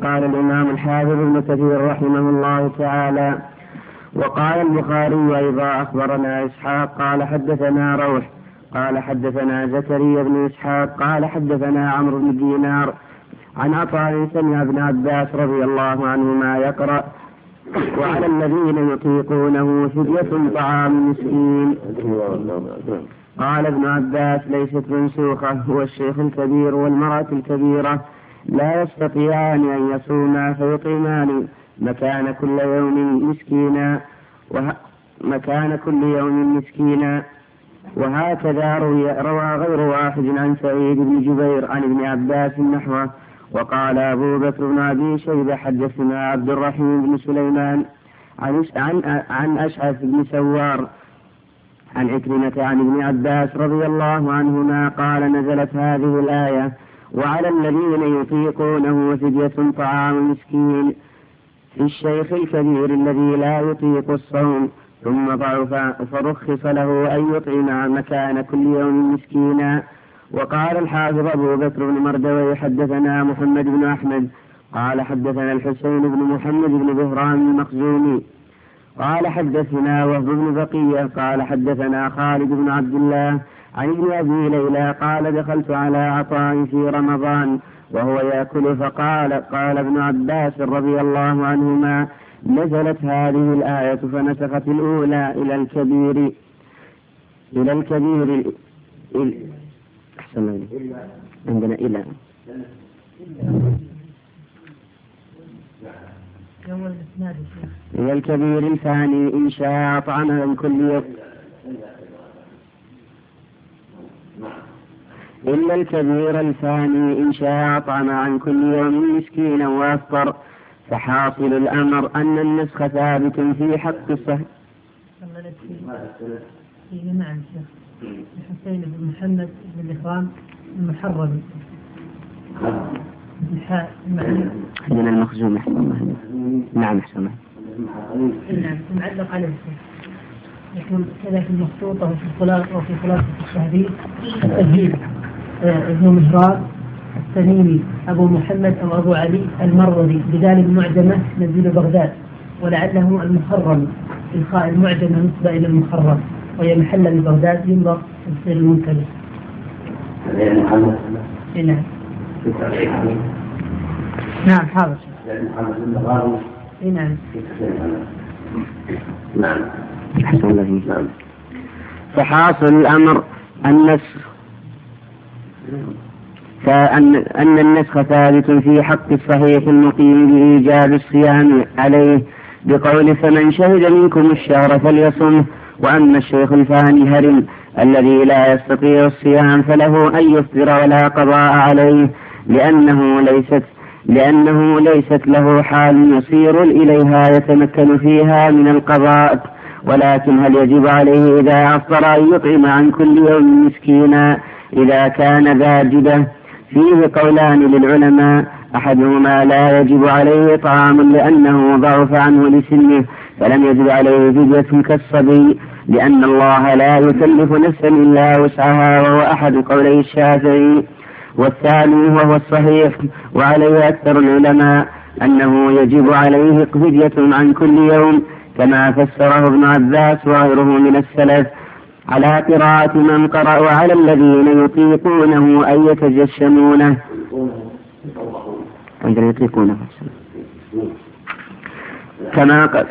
قال الإمام الحافظ ابن كثير رحمه الله تعالى: وقال البخاري أيضا: أخبرنا إسحاق قال حدثنا روح قال حدثنا زكريا بن إسحاق قال حدثنا عمرو بن دينار عن عطاء سمع ابن عباس رضي الله عنهما يقرأ: وعلى الذين يطيقونه فدية طعام مسكين. قال ابن عباس: ليست منسوخة، هو الشيخ الكبير والمرأة الكبيرة لا يستطيعان أن يصوما فيطعمان مكان كل يوم مسكينا. وهكذا روى غير واحد عن سعيد بن جبير عن ابن عباس نحوه. وقال أبو بكر بن أبي شيبة: حدثنا عبد الرحيم بن سليمان عن أشعث بن سوار عن عكرمة عن ابن عباس رضي الله عنهما قال: نزلت هذه الآية: وعلى الذين يطيقونه فدية طعام مسكين، في الشيخ الكبير الذي لا يطيق الصوم ثم ضعف فرخص له أن يطعم مكان كل يوم مسكينا. وقال الحافظ أبو بكر بن مردوي: حدثنا محمد بن أحمد قال حدثنا الحسين بن محمد بن بهرام المخزومي قال حدثنا وهب بن بقية قال حدثنا خالد بن عبد الله عن ابن أبي ليلى قال: دخلت على عطاء في رمضان وهو يأكل فقال: قال ابن عباس رضي الله عنهما: نزلت هذه الآية فنسخت الأولى إلى الكبير أحسن عندنا إلى الكبير الثاني إن شاء أطعم عن كل يوم إلا الكبير الثاني إن شاء أطعم عن كل يوم مسكينا وأفطر. فحاصل الأمر أن النسخ ثابت في حق الصحيح. نعم شيخ. الحسين بن محمد بن بهرام المحرم من المخزوم. نعم أحسن. نعم معلق عليه. يقول كذا في المخطوطة وفي خلاصة التهذيب التهذيب ابن مهران التميمي أبو محمد أو أبو علي المروزي بدال المعجمة نزيل بغداد، ولعله المخرم الخاء المعجمة نسبة إلى المخرم، وهي محل ببغداد ينظر تفسير المنكر. نعم. نعم حاضر. نعم. نعم. أحسن الله. نعم. فحاصل الأمر أن النسخ ثابت في حق الصحيح المقيم بإيجاب الصيام عليه بقول: فمن شهد منكم الشهر فليصمه. وأما الشيخ الفاني الهرم الذي لا يستطيع الصيام فله أن يفطر ولا قضاء عليه، لأنه ليست له حال يصير إليها يتمكن فيها من القضاء. ولكن هل يجب عليه إذا أفطر أن يطعم عن كل يوم مسكينا إذا كان ذا جدة؟ فيه قولان للعلماء: أحدهما لا يجب عليه طعام لأنه ضعف عنه لسنه فلم يجب عليه فدية كالصبي، لأن الله لا يكلف نفسا إلا وسعها، وهو أحد قولي الشافعي. والثاني وهو الصحيح وعليه أكثر العلماء أنه يجب عليه فدية عن كل يوم، كما فسره ابن عباس وغيره من السلف على قراءة من قرأ: وعلى الذين يطيقونه أن يتجشمونه. كما قال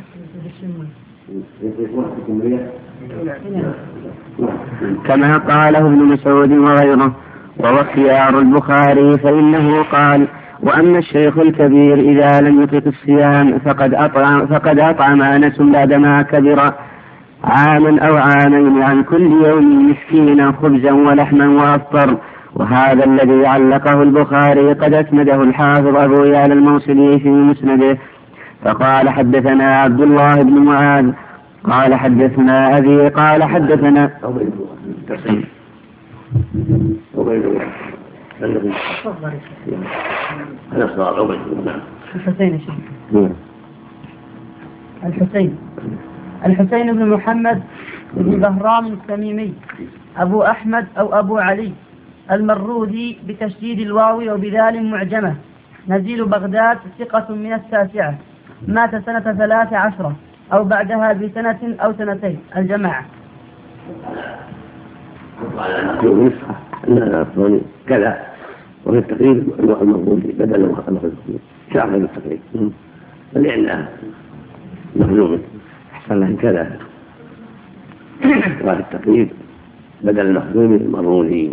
ابن مسعود وغيره. وهو خيار البخاري، فإنه قال: وأما الشيخ الكبير إذا لم يطق الصيام فقد أطعم أنس بعدما كبر عاما أو عامين عن كل يوم مسكينا خبزا ولحما وأفطر. وهذا الذي علقه البخاري قد أسنده الحافظ أبو يعلى الموصلي في مسنده، فقال: حدثنا عبد الله بن معاذ قال حدثنا أبي قال حدثنا الحسين بن محمد بن بهرام التميمي أبو أحمد أو أبو علي المروزي بتشديد الواو وبذال معجمة نزيل بغداد ثقة من 9، مات سنة 13 أو بعدها بسنة أو سنتين. الجماعة. كذا وفي التقريب المفروض بدل المخزومي شرح في التقريب لأنها مخزومي أحسن الله كذا وفي التقريب بدل المخزومي المروني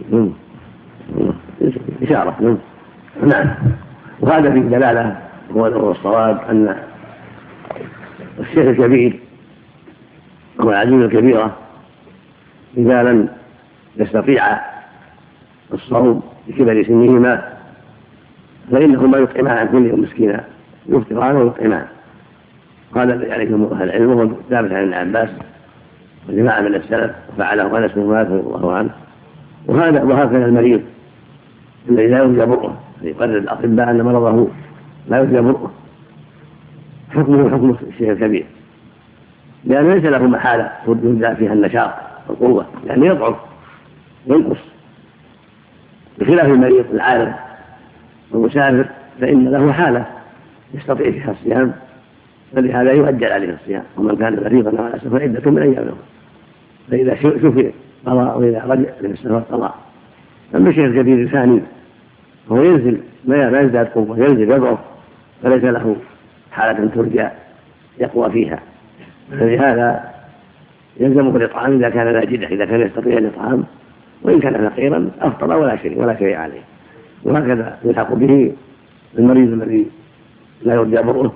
إشارة. نعم. وهذا في دلالة هو الصواب أن الشيخ الكبير هو العجوز الكبيرة إذا لم يستطيع الصوم بكبر سنهما فإنهما يطعمان عن كل يوم مسكينا، يفطران ويطعمان. قال عليكم أهل العلم وهو ثابت عن ابن عباس وجماعة من السلف وفعله أنس بن مالك رضي الله عنه. وهكذا المريض الذي لا يرجى برؤه يقرر الأطباء أن مرضه لا يرجى برؤه حكمه حكم الشيخ الكبير، لأن ليس له محالة يرجى فيها النشاط والقوة، يعني يضعف وينقص، بخلاف المريض العارض والمسافر فإن له حالة يستطيع فيها الصيام، فلهذا يؤجل عليه الصيام. ومن كان مريضا على سفر عدة من أيام له، فإذا شفي قضاء وإذا رجع من السفر قضاء. أما الشيخ الكبير الثاني هو ينزل لا يزداد قوة، ينزل يضعف، فليس له حالة ترجى يقوى فيها، فلهذا يلزمه الإطعام إذا كان ناجدا، إذا كان يستطيع الإطعام، وإن كان فقيرا أفطر ولا شيء عليه. وهكذا يلحق به المريض الذي لا يرجى برؤه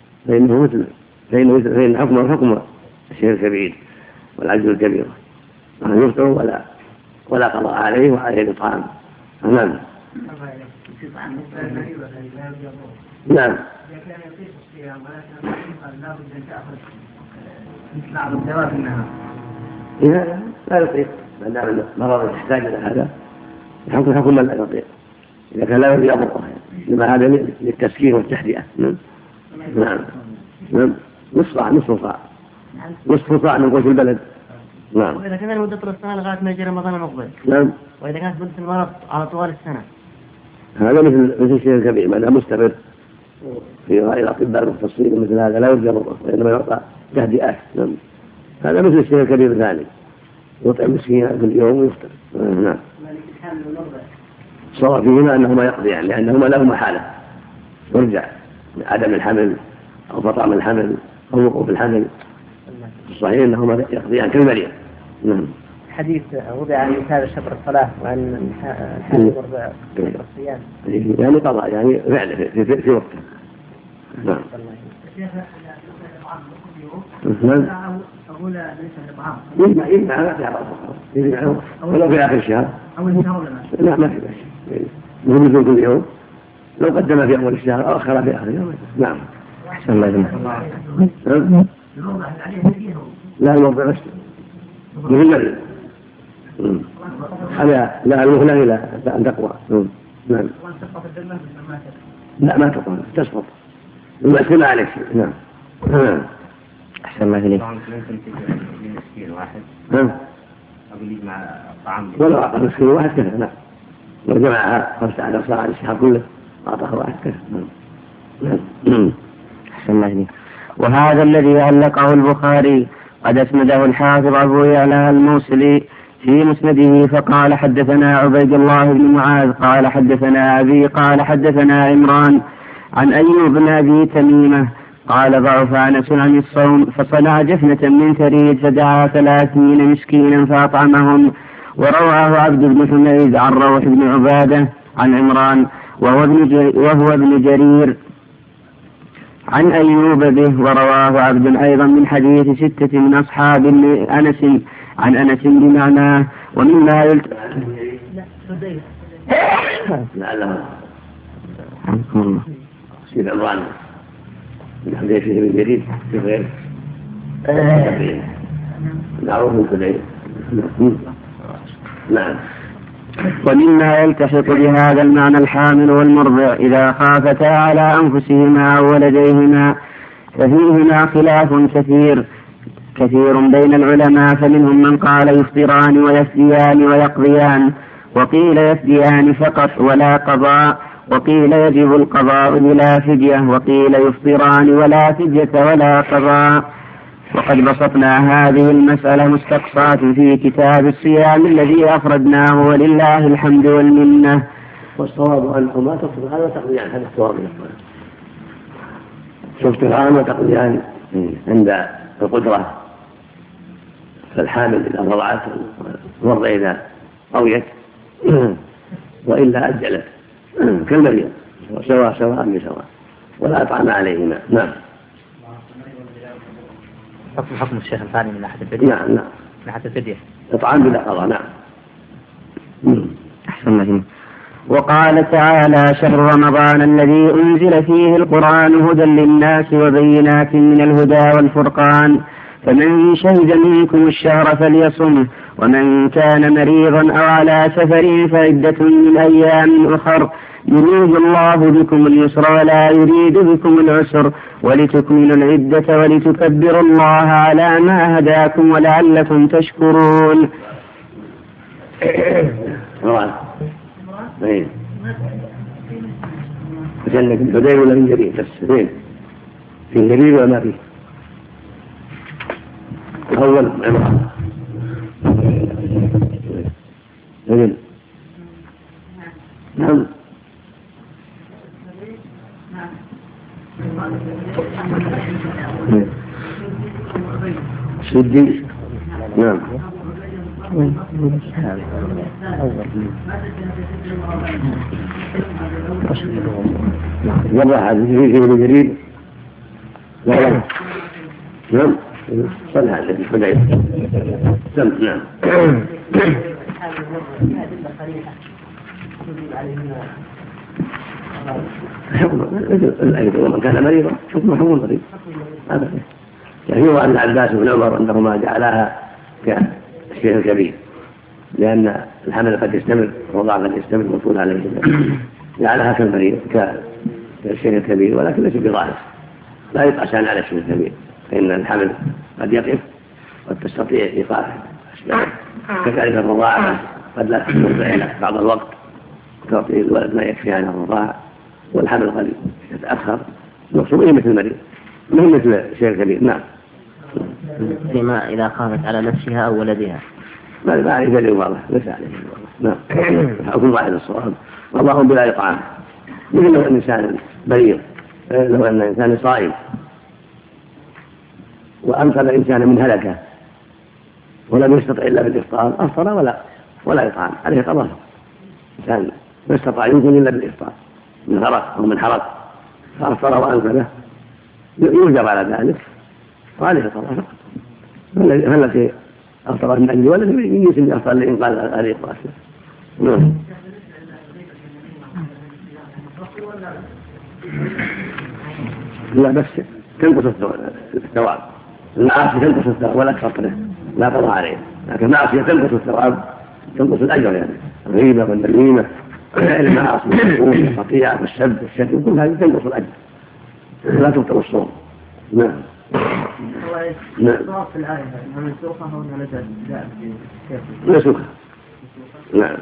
فإن حكمه حكم الشيخ الكبير والعجز الكبير، أن يفطر ولا قضاء عليه وعليه الإطعام. نعم. نعم. إذا لا يطيق ما دام المرض يحتاج إلى هذا حكم من لا يطيق، إذا كان لا يرجى برؤه، لما هذا للتسكين والتهدئة. نعم. نصف صاع من قوت البلد. نعم. وإذا كان مدة السنة لغاية ما يجي رمضان المقبل. نعم. وإذا كانت مدة المرض على طوال السنة. هذا مثل الشيخ الكبير، ما دام مستمر في رأي الأطباء المختصين مثل هذا لا يرجى برؤه، وإنما يعطى تهدئات. نعم. هذا مثل الشيخ الكبير الثاني يطعم مسكينا كل يوم ويفطر. نعم. صار فيهما أنهما يقضيان لأنهما لهما حالة يرجع عدم الحمل أو فطام الحمل أو وقوف الحمل، الصحيح أنهما يقضيان كالمريض. نعم. حديث وضع عن مثال شطر الصلاة وعن الحال وربع الصيام يعني قضاء يعني فعله في وقته. نعم. أقول ليس الإطعام يجمع ما في عرض يجمع ولو في آخر الشهر أو الشهر لا ما في بس يجوز كل يوم لو قدم في أول الشهر أو أخر في آخر يوم. نعم. أحسن الله إليك. لا الموضع بس مثل المريض هذا لا المهلة إلى أن تقوى. نعم. لا ما تقوى تسقط المأكل عليك. نعم. أحسن الله إليك. مسكين واحد أقول يجمع الطعام ولو أعطى مسكين واحد كذا. نعم. لو جمعها 15 صاع الشهر كله أعطاه واحد كذا. أحسن الله إليك. وهذا الذي علقه البخاري قد أسنده الحافظ أبو يعلى الموصلي في مسنده فقال حدثنا عبيد الله بن معاذ قال حدثنا أبي قال حدثنا عمران عن أيوب بن أبي تميمة قال ضعف أنس عن الصوم فصنع جفنة من ثريد فدعا 30 مسكينا فأطعمهم. ورواه عبد بن حميد عن روح بن عبادة عن عمران وهو ابن جرير عن أيوب به. ورواه عبد أيضا من حديث 6 من أصحاب أنس عن أنس بمعناه. ومما سيد عمران من حديث ابن جرير في غير معروف من كل. نعم. ومما يلتحق بهذا المعنى الحامل والمرضع إذا خافتا على أنفسهما أو ولديهما ففيهما خلاف كثير بين العلماء، فمنهم من قال يفطران ويفديان ويقضيان، وقيل يفديان فقط ولا قضاء، وقيل يجب القضاء بلا فدية، وقيل يفطران ولا فدية ولا قضاء. وقد بسطنا هذه المسألة مستقصاة في كتاب الصيام الذي أفردناه، ولله الحمد والمنة. والصواب أنهما تفطران وتقضيان، هذا الصواب. تفطران وتقضيان عند القدرة، فالحامل إذا رضعت والرضع إذا قويت، وإلا أجلت كالمريض، سواء بسواء، ولا أطعم عليهما. نعم. حكم الشيخ الثاني من ناحية الفدية. نعم من ناحية الفدية إطعام بلا قضاء. نعم. أحسن. وقال تعالى: شهر رمضان الذي أنزل فيه القرآن هدى للناس وبينات من الهدى والفرقان، فمن شهد منكم الشهر فليصمه، ومن كان مريضا أو على سفر فعدة من أيام أخر، يريد الله بكم اليسر ولا يريد بكم العسر، ولتكملوا العدة ولتكبروا الله على ما هداكم ولعلكم تشكرون. عندك الحديبية ولا من جرير؟ بس في جرير ولا ما فيه؟ أول نعم. سدي. نعم. مرة هذا في ابن جرير. لا. نعم. صلى على الحديبية. نعم. ومن كان مريضا حكم مريض. هذا يعني هو أن عباس بن عمر أنهما جعلها كالشيخ الكبير، لأن الحمل قد يستمر والرضاع قد يستمر مطول عليه، جعلها كالمريض كالشيخ الكبير، ولكن ليس بظاهر، لا يقاسان على الشيخ الكبير، فإن الحمل قد يقف قد تستطيع إيقافه، كذلك الرضاعة قد لا تستطيع بعض الوقت تعطي الولد ما يكفي عن الرضاعة، والحمل قد يتأخر، المقصود مثل المريض مهم مثل الشيخ الكبير. نعم. فيما إذا خافت على نفسها أو ولدها ما عليه دليل واضح، ليس عليه دليل واضح. نعم. حكم واحد الصواب، والله بلا إطعام، مثل لو أن إنسان مريض، لو أن إنسان صائم وأنقذ إنسان من هلكة ولم يستطع إلا بالإفطار، أفطر ولا إطعام، عليه قضاء. إنسان ما استطاع يمكن إلا بالإفطار من غرق أو من حرق، فأفطر وأنقذه يوجب على ذلك وعليه قضاء فقط. فالتي أفطر من أجل ولد يمكن أفطر لإنقاذ هذه القاسية. نعم. لا بس تنقص الثواب، المعاصي تنقص الثواب ولا تفطره، لا قضاء عليه، لكن المعاصي تنقص الثواب، تنقص الأجر، يعني الغيبة والنميمة، المعاصي الخطيئة والسب والشتم، كل هذه تنقص الأجر، لا تبطل الصوم. نعم. نعم. منسوخة. نعم.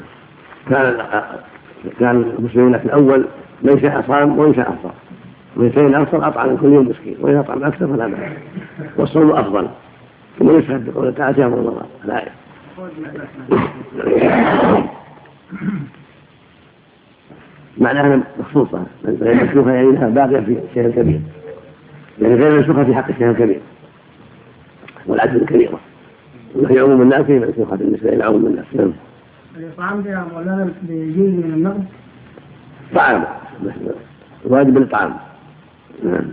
كان المسلمون في الأول من شاء صام ومن شاء أفطر، من شاء أفطر أطعم كل يوم مسكين، وإذا أطعم أكثر فلا بأس، والصوم أفضل. ثم يشهد بقوله تعالى شهر رمضان الآية. معناها مخصوصة غير منسوخة، يعني لها باقية في الشيء الكبير، يعني غير منسوخة في حق الشيء الكبير والعدل الكبيرة، وهي عموم الناس هي منسوخة بالنسبة إلى عموم الناس. نعم. الطعام ده مولانا بيجي من النقد؟ طعام واجب الطعام. نعم.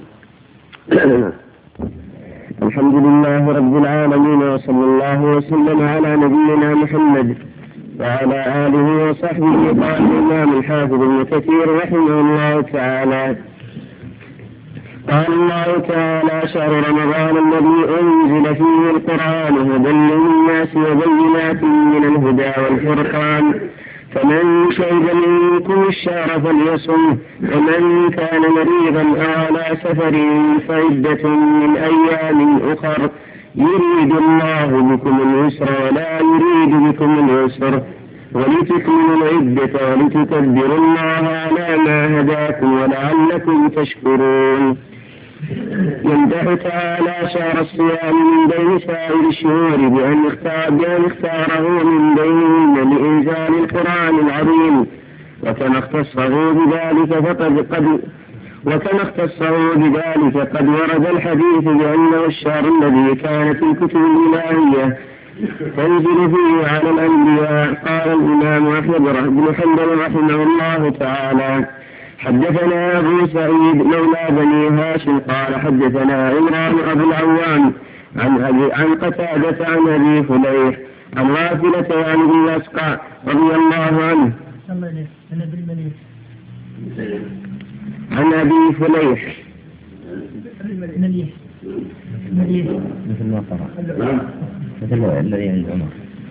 الحمد لله رب العالمين، وصلى الله وسلم على نبينا محمد وعلى آله وصحبه. قال الإمام الحافظ ابن كثير رحمه الله تعالى: قال الله تعالى: شهر رمضان الذي أنزل فيه القرآن هدى للناس وبينات من الهدى والفرقان، فمن شهد منكم الشهر فليصمه، ومن كان مريضا أو على سفر فعدة من أيام أخر، يريد الله بكم اليسر ولا يريد بكم العسر، ولتكملوا العدة ولتكبروا الله على ما هداكم ولعلكم تشكرون. يمدح تعالى شهر الصيام من بين سائر الشهور بأن اختاره من بينهن لإنزال القرآن العظيم، وكما اختصه بذلك قد ورد الحديث بأنه الشهر الذي كانت الكتب الإلهية تنزل فيه على الأنبياء. قال الإمام أحمد بن حنبل رحمه الله تعالى: حدثنا أبو سعيد مولى بني هاشم قال حدثنا عمران أبو العوام عن قتادة عن أبي فليح عن غافلة عن ابن الأسقع رضي الله عنه عن أبي فليح مثل ما قرأ مثل الذي عند عمر.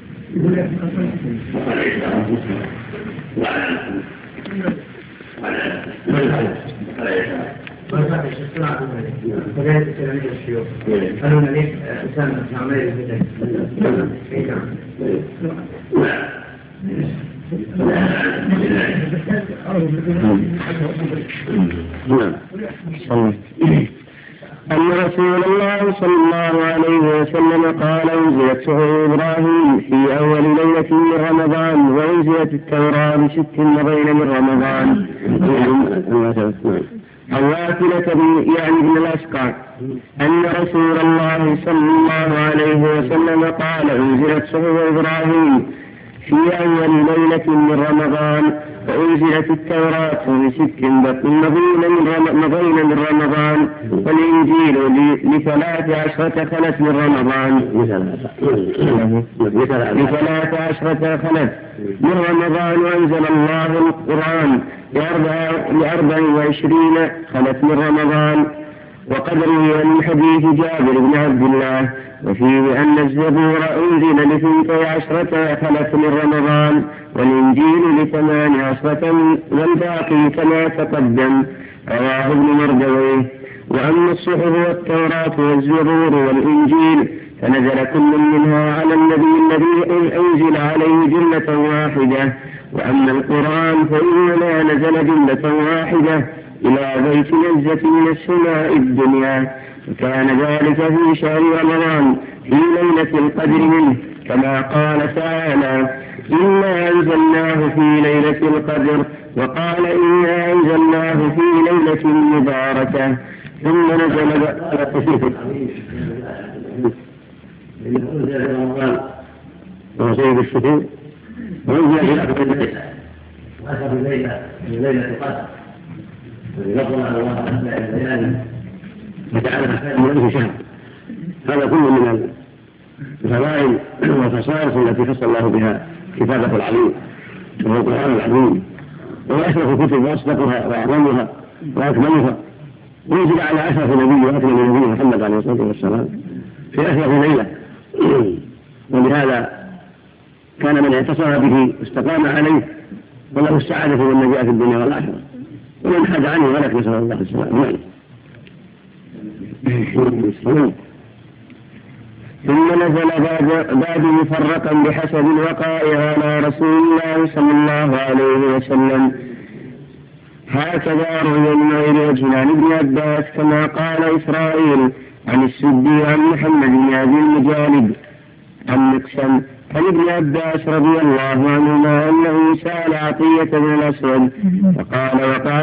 أن رسول الله صلى الله عليه وسلم قال: أنزلت صحف إبراهيم في أول ليلة من رمضان، وأنزلت التوراة ب6 مضين من رمضان. الواكلة يعني ابن الأسقع أن رسول الله صلى الله عليه وسلم قال: أنزلت صحف إبراهيم في أول ليلة من رمضان، وأنزلت التوراة ب6 مضين من رمضان، والإنجيل ل13 خلت من رمضان. ل13 خلت من رمضان، وأنزل الله القرآن ل24 خلت من رمضان. وقد روي من حديث جابر بن عبد الله وفيه أن الزبور أنزل ل12 خلت من رمضان، والإنجيل ل18 والباقي كما تقدم. رواه ابن مردويه. وأما الصحف والتوراة والزبور والإنجيل فنزل كل منها على النبي الذي أنزل عليه جملة واحدة. وأما القرآن فإنما نزل جملة واحدة إلى بيت نزة من السماء الدنيا، وكان ذلك في شهر رمضان في ليلة القدر منه، كما قال تعالى: إنا أنزلناه في ليلة القدر، وقال: إنا أنزلناه في ليلة مباركة. ثم نزل وسيد الشهور وانزل في اخر الليله واخر الليله من ليله القدر، ويقول على الله اسماء الليالي وجعل من شهر. هذا كله من الفضائل والخصائص التي خص الله بها كتابه العظيم وهو القران العظيم، وهو اشرف الكتب واصدقها واعظمها واكملها، وينزل على اشرف نبي واكمل نبي محمد عليه الصلاه والسلام في اشرف ليله. ولهذا كان من اعتصم به واستقام عليه وله السعادة والنجاة في الدنيا والآخرة، ومن حد عنه ولك نسأل الله السلامة. ثم نزل بعد مفرقا بحسب الوقائع على رسول الله صلى الله عليه وسلم. هكذا روي من غير وجه عن ابن عباس كما قال إسرائيل عن السدي عن محمد بن أبي المجالد عن مقسم عن ابن عباس رضي الله عنهما أنه سأل عطية بن الأسود فقال: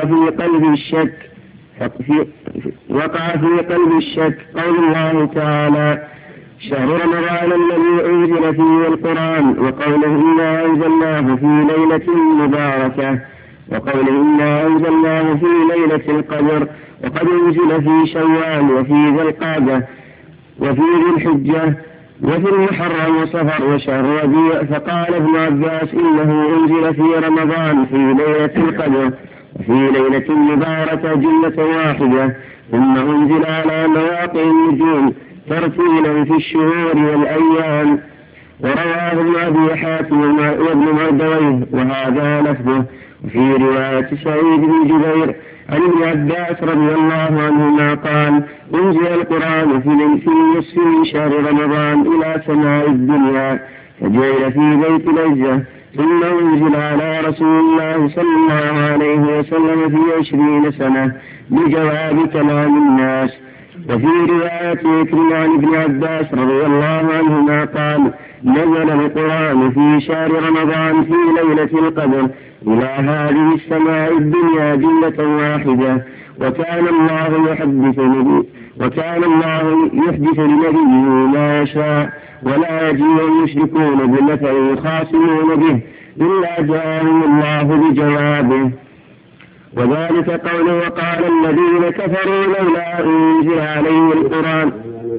وقع في قلب الشك قول الله تعالى: شهر رمضان الذي أنزل فيه القرآن، وقوله: إنا أنزلناه في ليلة مباركة، وقوله: إنا أنزلناه في ليلة القدر، وقد أنزل في شوال وفي ذي القعدة وفي ذي الحجة وفي المحرم وصفر وشهر ربيع. فقال ابن عباس: إنه أنزل في رمضان في ليلة القدر وفي ليلة مباركة جملة واحدة، ثم أنزل على مواقع النجوم ترتيلا في الشهور والأيام. ورواه ابن أبي حاتم وابن مردويه وهذا لفظه. وفي رواية سعيد بن جبير عن ابن عباس رضي الله عنهما قال: أنزل القرآن في النصف من شهر رمضان إلى سماء الدنيا، فجعل في بيت العزة ثم أنزل على رسول الله صلى الله عليه وسلم في 20 سنة بجواب كلام الناس. وفي رواية عكرمة عن ابن عباس رضي الله عنهما قال: نزل القرآن في شهر رمضان في ليلة القدر إلى هذه السماء الدنيا جملة واحدة، وكان الله يحدث لنبيه ما يشاء، ولا يجيء المشركون بمثل يخاصمون به إلا جاءهم الله بجوابه. وذلك قوله: وقال الذين كفروا لولا أنزل عليه القرآن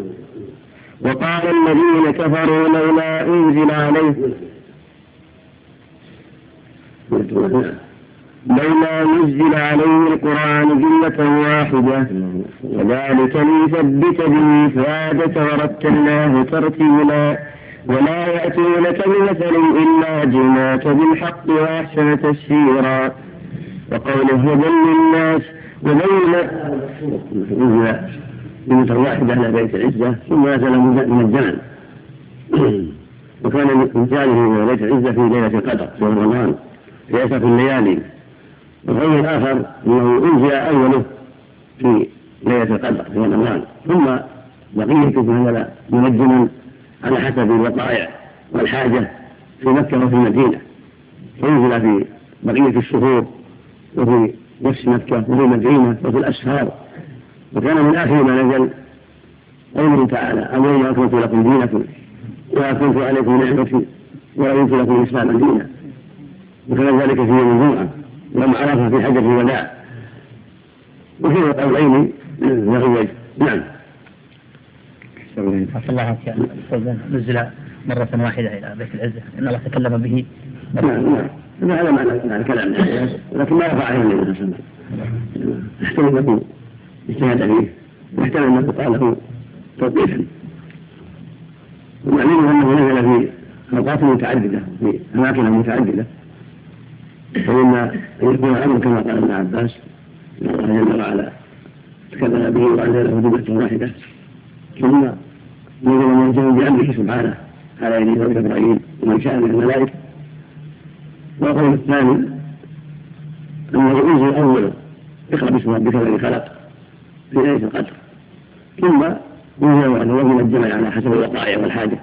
لولا نزل عليه القرآن جملة واحدة، وذلك ليثبت به فؤادك ورتلناه ترتيلا، ولا يأتونك بمثل إلا جئناك بالحق وأحسن تفسيرا. وقوله: هدى للناس وبين جملة واحدة على بيت العزة، ثم نزل من الجمل. وكان إنزاله من بيت العزة في ليلة القدر في رمضان في أشرف الليالي. والقول الآخر أنه أنزل أوله في ليلة القدر في رمضان، ثم بقيته نزل منجما على حسب الوقائع والحاجة في مكة وفي المدينة، فأنزل في بقية الشهور وفي نفس مكة وفي المدينة وفي الأسفار. وكان من آخر ما نزل قوله تعالى: اليوم أكملت لكم دينكم وأتممت عليكم نعمتي ورضيت لكم الإسلام دينا. وكان ذلك في يوم الجمعة لما عرف في حجة الوداع. وفي قولين له. نعم. حصل الله نزل مرة واحدة إلى بيت العزة إن الله تكلم به. نعم هذا معنى الكلام، لكن ما رفع عليه النبي صلى الله عليه وسلم. يحتمل أنه اجتهد فيه، ويحتمل أنه قاله توقيفا. ومعلوم أنه نزل في أوقات متعددة في أماكن متعددة، فإما أن يكون الأمر كما قال ابن عباس إن الله جل وعلا تكلم به وأنزله جملة واحدة، ثم نزل منزل بأمره سبحانه على يد إبراهيم ومن شاء من الملائكة. والقول الثاني أنه أنزل أوله اقرأ باسم ربك الذي خلق في ليلة القدر، ثم ينزل عنه ومن الجمع على حسب الوقائع والحاجة.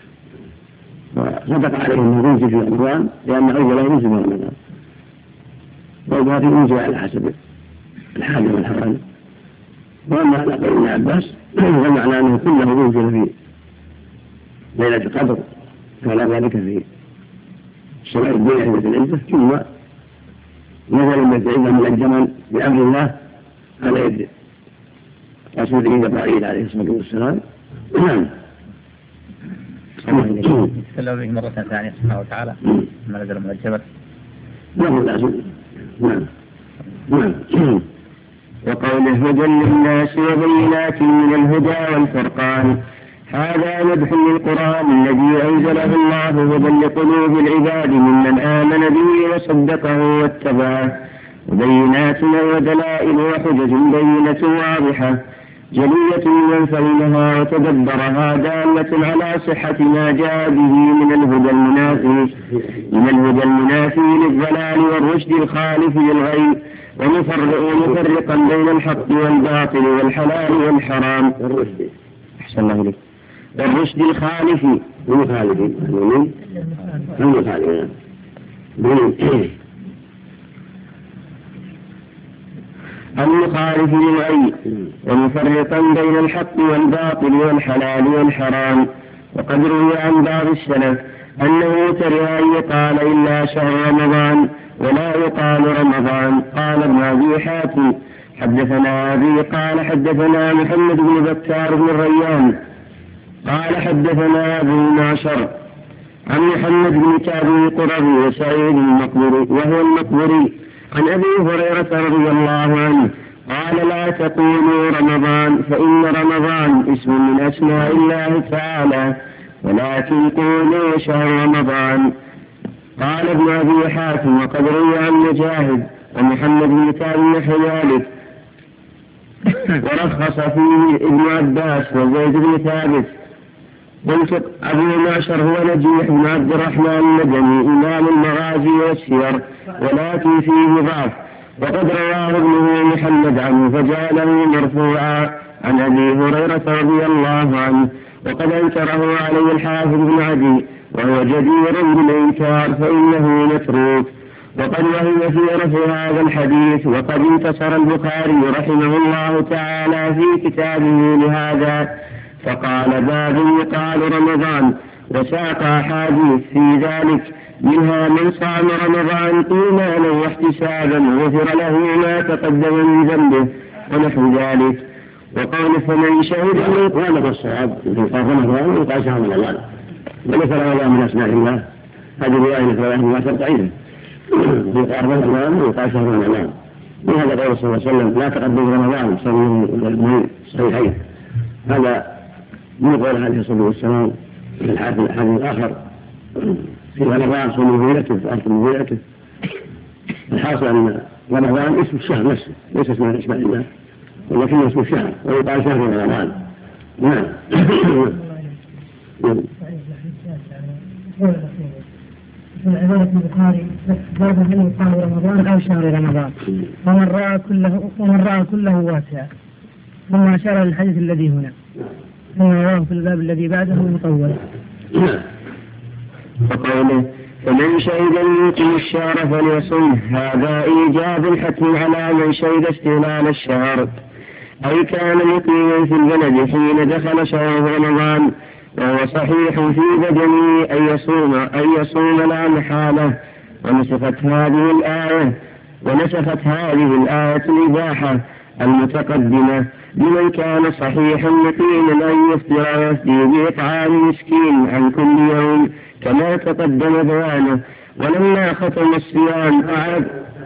وصدق عليه أنه ينزل في رمضان لأن أوله ينزل في رمضان، والباقي ينزل على حسب الحاجة والحرام. وأما على قول ابن عباس فمعنى أنه كله ينزل في ليلة القدر، كان ذلك في السماء الدنيا عند العزة، ثم نزل من العزة من الجمل بأمر الله على يد رسوله إبراهيم عليه الصلاة والسلام. نعم. يتكلم به مرة ثانية سبحانه وتعالى لما نزل من الجبل. نعم. وقوله: هدى للناس وبينات من الهدى والفرقان، هذا مدح للقرآن الذي أنزله الله هدى لقلوب العباد ممن آمن به وصدقه واتبعه، وبينات ودلائل وحجج بينة واضحة جلية من فهمها وتدبرها دالة على صحة ما جاء به من الهدى المنافي للضلال والرشد الخالف للغي، ومفرقا بين الحق والباطل والحلال والحرام. أحسن الله إليك. والرشد الخالف المخالف للغي، ومفرقا بين الحق والباطل والحلال والحرام. وقد روي عن بعض السلف أنه كره أن يقال إلا شهر رمضان ولا يقال رمضان. قال ابن أبي حاتم: حدثنا أبي قال حدثنا محمد بن بكار بن الريان قال حدثنا أبو معشر عن محمد بن كعب القرظي وسعيد المقبري وهو المقبري عن أبي هريرة رضي الله عنه قال: لا تقولوا رمضان فإن رمضان اسم من أسماء الله تعالى، ولكن قولوا شهر رمضان. قال ابن أبي حاتم: وقد روي عن مجاهد ومحمد بن كعب نحو ذلك، ورخص فيه ابن عباس وزيد بن ثابت قلت أبو معشر هو نجيح بن عبد الرحمن المدني إمام المغازي والسير ولكن فيه ضعف، وقد رواه ابنه محمد عنه فجعله مرفوعا عن أبي هريرة رضي الله عنه، وقد أنكره عليه الحافظ بن عدي وهو جدير بالإنكار فإنه متروك. وقد وهم في رفع هذا الحديث، وقد انتصر البخاري رحمه الله تعالى في كتابه لهذا فقال باب يقال رمضان، وساق أحاديث في ذلك منها من صام رمضان إيمانا واحتسابا غفر له ما تقدم من ذنبه ونحو ذلك. وقال فمن شهد وهذا الصواب في رمضان وقال شهر رمضان وليس رمضان من أسماء الله، هذه رواية مثل الله ضعيفة في رمضان وقال شهر رمضان، وهذا قول صلى الله عليه وسلم لا تقدم رمضان صلوا الصحيحين، هذا من قول عليه الصلاة والسلام في الحديث الآخر في رمضان صوموا في ليلته وأفطروا في ليلته. الحاصل أن رمضان اسم الشهر نفسه ليس اسم أسماء الله ولكنه اسم الشهر ويقال شهر رمضان. نعم. من عبارة البخاري باب من يقال رمضان أو شهر رمضان، ومن رأى كله واسعا، ثم أشار للحديث الذي هنا ثم رواه في الباب الذي بعده مطول. وقوله فمن شهد منكم الشهر فليصم، هذا إيجاب الحتم على من شهد استهلال الشهر، أي كان مقيما في البلد حين دخل شهر رمضان وهو صحيح في بدنه أن يصوم لا محالة. ونسخت هذه الآية الإباحة المتقدمة لمن كان صحيحا مقيما أن يفطر ويفدي بإطعام مسكين عن كل يوم كما تقدم بيانه. ولما ختم الصيام أعاد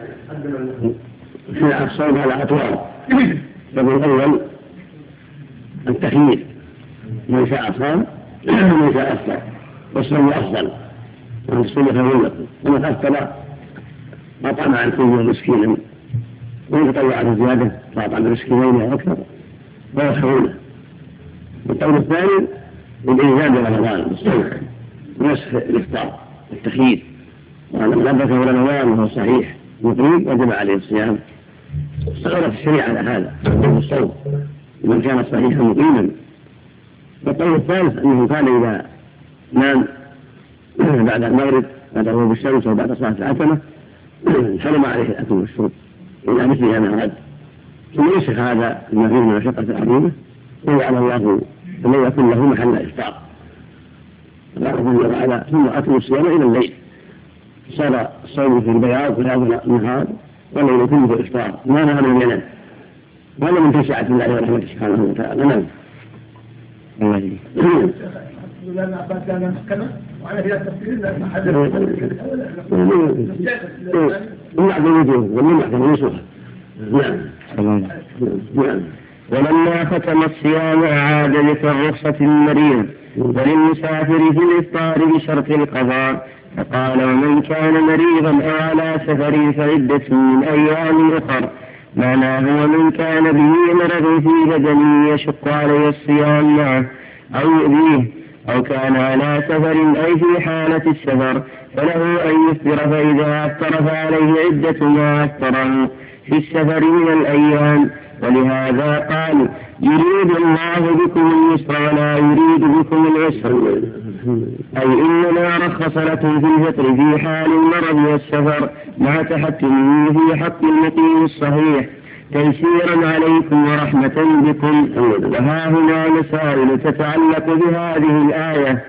في الصوم على أطوال، فالأول التخيير، من شاء صام ومن شاء أفطر، والصوم أفضل والصوم خير لكم، ومن أفطر أطعم عن كل يوم مسكينا وإن تطوع بزيادة فأطعم مسكينين أو أكثر وهو خير له. والقول الثاني الإلزام برمضان بالصوم ونسخ الإفطار التخيير، وأن من أدركه رمضان وهو صحيح مقيم وجب عليه الصيام. استغرق الشريعة على هذا الصوم لمن كان صحيحا مقيما. والقول الثالث أنه كان إذا نام بعد المغرب بعد غروب الشمس أو بعد صلاة العتمة حرم عليه الأكل والشرب إلى مثل ما أراد، ثم ينسخ هذا بما فيه من مشقة العظيمة ويجعل الله أن يكون له محل إفطار. الله تعالى ثم أكل الصيام إلى الليل، صار الصوم في البياض في هذا النهار والليل كله في الإفطار ما نهى من ينام، وهذا من تسعة الله ورحمته سبحانه وتعالى. نعم. وعلى فيها التفسير لأن حد بعد الوجوه ومن بعد الوصول. نعم. ولما ختم الصيام أعاد ذكر الرخصة للمريض وللمسافر في الإفطار بشرط القضاء، فقال ومن كان مريضا أو على سفر فعدة من أيام أخر، معناه ومن كان به مرض في بدنه يشق عليه الصيام معه أو يؤذيه أو كان على سفر أي في حالة السفر فله أن يفطر، فإذا أفطر فعليه عدة ما أفطره في السفر من الأيام. ولهذا قال يريد الله بكم اليسر ولا يريد بكم العسر، أي إنما رخص لكم في الفطر في حال المرض والسفر مع تحكمه في حق المقيم الصحيح تيسيرا عليكم ورحمة بكم. وها هنا مسائل تتعلق بهذه الآية.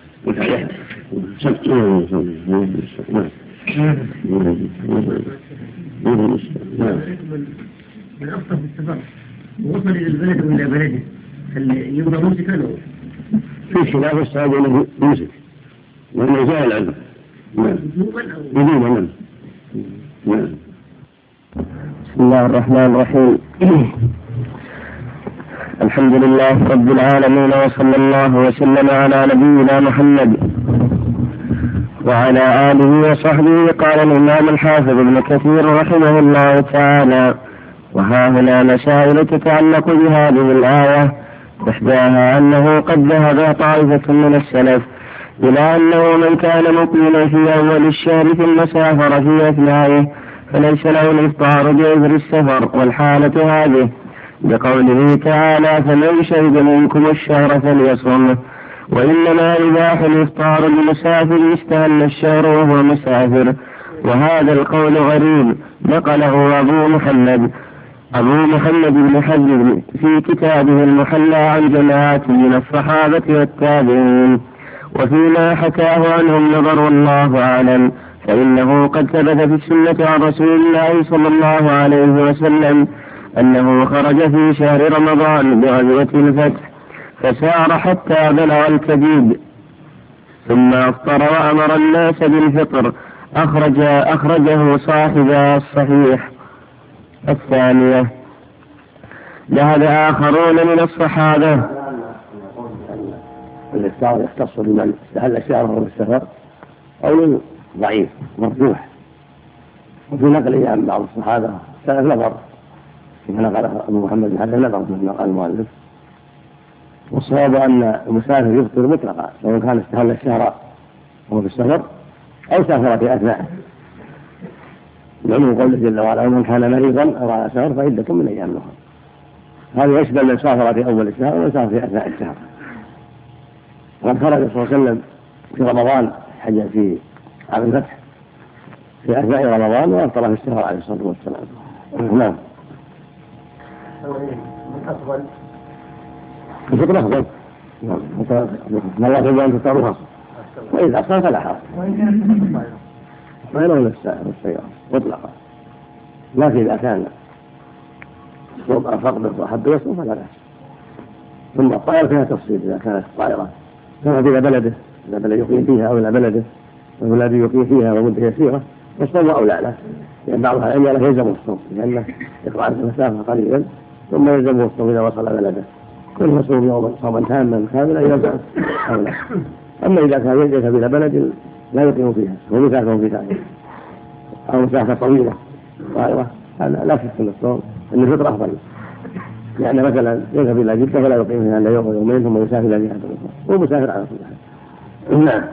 من أفضل في السفر ووصل إلى البلد وإلى بلده هل يبقى ممسكا له؟ في خلاف الصحابة أنه يمسك وأنه زال العلم. نعم. بسم الله الرحمن الرحيم. الحمد لله رب العالمين، وصلى الله وسلم على نبينا محمد وعلى آله وصحبه. قال الإمام الحافظ ابن كثير رحمه الله تعالى: وها هنا مسائل تتعلق بهذه الآية إحداها أنه قد ذهب طائفة من السلف إلى أنه من كان مقيما في أول الشهر ثم سافر في أثنائه فليس له الإفطار بعذر السفر، والحالة هذه بقوله تعالى فمن شهد منكم الشهر فليصمه، وإنما يباح الإفطار للمسافر استهل الشهر وهو مسافر. وهذا القول غريب نقله أبو محمد بن حزم في كتابه المحلى عن جماعة من الصحابة والتابعين، وفيما حكاه عنهم نظر والله أعلم، فإنه قد ثبت في السنة عن رسول الله صلى الله عليه وسلم أنه خرج في شهر رمضان بغزوة الفتح فسار حتى بلغ الكبيد ثم أفطر وأمر الناس بالفطر، أخرجه صاحب الصحيح. الثانية ذهب آخرون من الصحابة الإفطار يختص بمن استهل الشهر وهو السفر قول ضعيف مرجوح، وفي نقله عن بعض الصحابة سلف نظر كما نقل أبو محمد بن حزم نظر من نقل المؤلف، والصواب أن المسافر يفطر مطلقا سواء كان استهل الشهر وهو في السفر أو سافر في أثنائه، لعموم قوله جل وعلا ومن كان مريضا أو على سفر فعدة من أيام أخرى. هذا يشمل من سافر في أول الشهر ومن سافر في أثناء الشهر. وقد خرج صلى الله عليه وسلم في رمضان حج في عام الفتح في أثناء رمضان وأفطر في الشهر عليه الصلاة والسلام. نعم. الفطر أفضل. نعم. الله يقول أن تفطروا خاصة. وإذا أفطر فلا حرج. ما يلون السيارة مطلقا، لكن إذا كان فقد وحب يصوم فلا بأس. ثم الطائرة فيها تفصيل، إذا كانت الطائرة كانت إلى بلده إلى بلد يقيم فيها أو إلى بلده والذي يقيم فيها ومدة يسيرة فالصوم أولى له، لأن بعض العلم لا يلزم الصوم لأنه يقطع المسافة قليلا ثم يلزمه الصوم إذا وصل بلده، كل مسؤول يوما صوما تاما كاملا يلزم أولى. أما إذا كان يذهب إلى بلد لا يقيم فيها ومسافة في ثانية أو مسافة طويلة طائرة هذا لا شك أن الصوم أن الفطر أفضل، لأن مثلا يذهب إلى جدة فلا يقيم فيها إلا يوم أو يومين ثم يسافر إلى جهة أخرى هو مسافر على كل حال. نعم.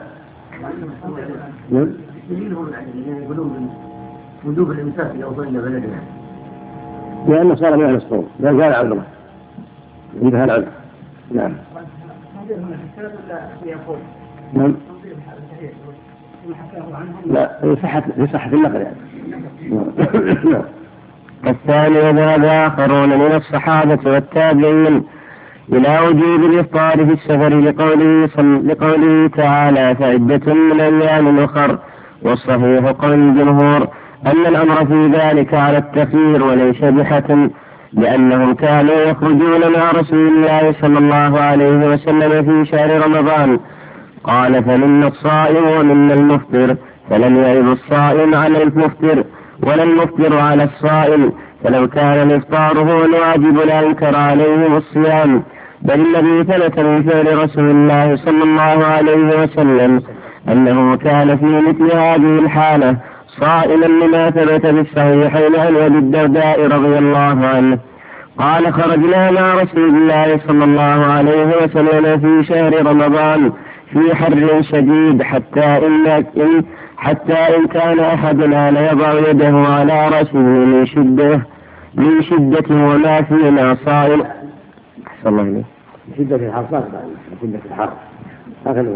يقولون وجوب الإمساك إذا وصل إلى بلده لأنه صار من أهل الصوم لا زال عذره انتهى العذر. نعم. نعم. لا يصح في النقل يعني. الثاني ذهب آخرون من الصحابة والتابعين إلى وجوب الإفطار في السفر لقوله تعالى فعدة من أيام أخر، والصحيح قول الجمهور أن الأمر في ذلك على التخيير وليس بحتم، لأنهم كانوا يخرجون مع رسول الله صلى الله عليه وسلم في شهر رمضان، قال فمنا الصائم ومنا المفطر، فلم يعظ الصائم على المفطر ولا المفطر على الصائم، فلو كان الإفطار هو الواجب لأنكر عليهم الصيام، بل الذي ثبت من فعل رسول الله صلى الله عليه وسلم أنه كان في مثل هذه الحالة صائما لما ثبت بالصحيحين عن أبي الدرداء رضي الله عنه قال خرجنا مع رسول الله صلى الله عليه وسلم في شهر رمضان في حر شديد حتى إن كان أحدنا ليضع يده على رأسه من شدة وما فينا صائم. أحسن الله إليه. شدة الحر شدة الحر هكذا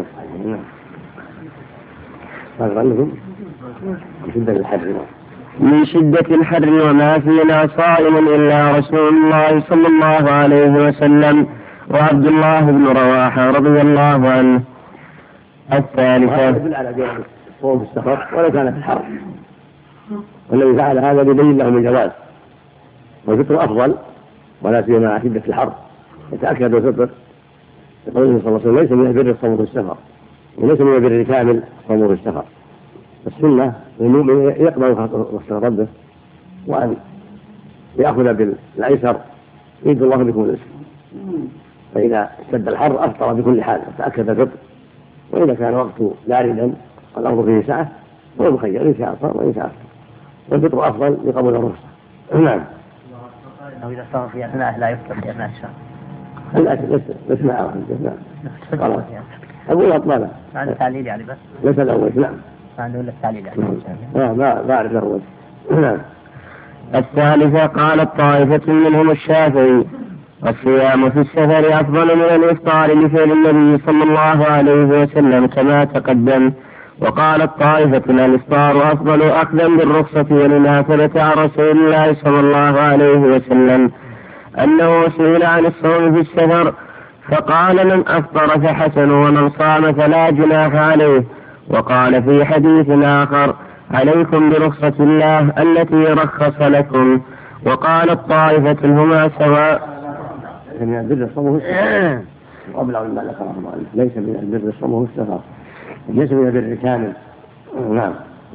من شدة الحر وما فينا صائم إلا رسول الله صلى الله عليه وسلم وعبد الله بن رواحة رضي الله عنه. الثالثة يدل على جواز الصوم في السفر ولا كان في الحر، والذي فعل هذا يبين لهم الجواز، والفطر أفضل ولا سيما مع شدة الحر يتأكد الفطر يقول صلى الله عليه وسلم ليس من البر الصوم في السفر وليس من البر كامل الصوم في السفر. السنة المؤمن يقبل وقت ربه وأن يأخذ بالأيسر يريد الله بكم اليسر، فإذا اشتد الحر أفطر بكل حال وتأكد الفطر، وإذا كان وقت باردا والأرض فيه سعة هو مخير إن شاء أفطر وإن شاء أفطر، والفطر أفضل لقبول الرخصة. نعم. أو إذا صار في أثناء لا يفطر في أثناء الشهر. بس معه خلاص أقول أطلالة بعد التعليل يعني بس ليس الأول. نعم بعد ولا التعليل يعني ما أعرف الأول. نعم. الثالثة قالت طائفة منهم الشافعي الصيام في السفر أفضل من الإفطار لفعل النبي صلى الله عليه وسلم كما تقدم. وقالت طائفة الإفطار أفضل أخذا بالرخصة ولما ثبت عن رسول الله صلى الله عليه وسلم أنه سئل عن الصوم في السفر فقال من أفطر فحسن ومن صام فلا جناح عليه. وقال في حديث آخر عليكم برخصة الله التي رخص لكم. وقالت طائفة هما سواء. من البر الصوم في السفر وأبلغ مما ذكره المؤلف ليس من البر الصوم في السفر ليس من البر كامل. نعم.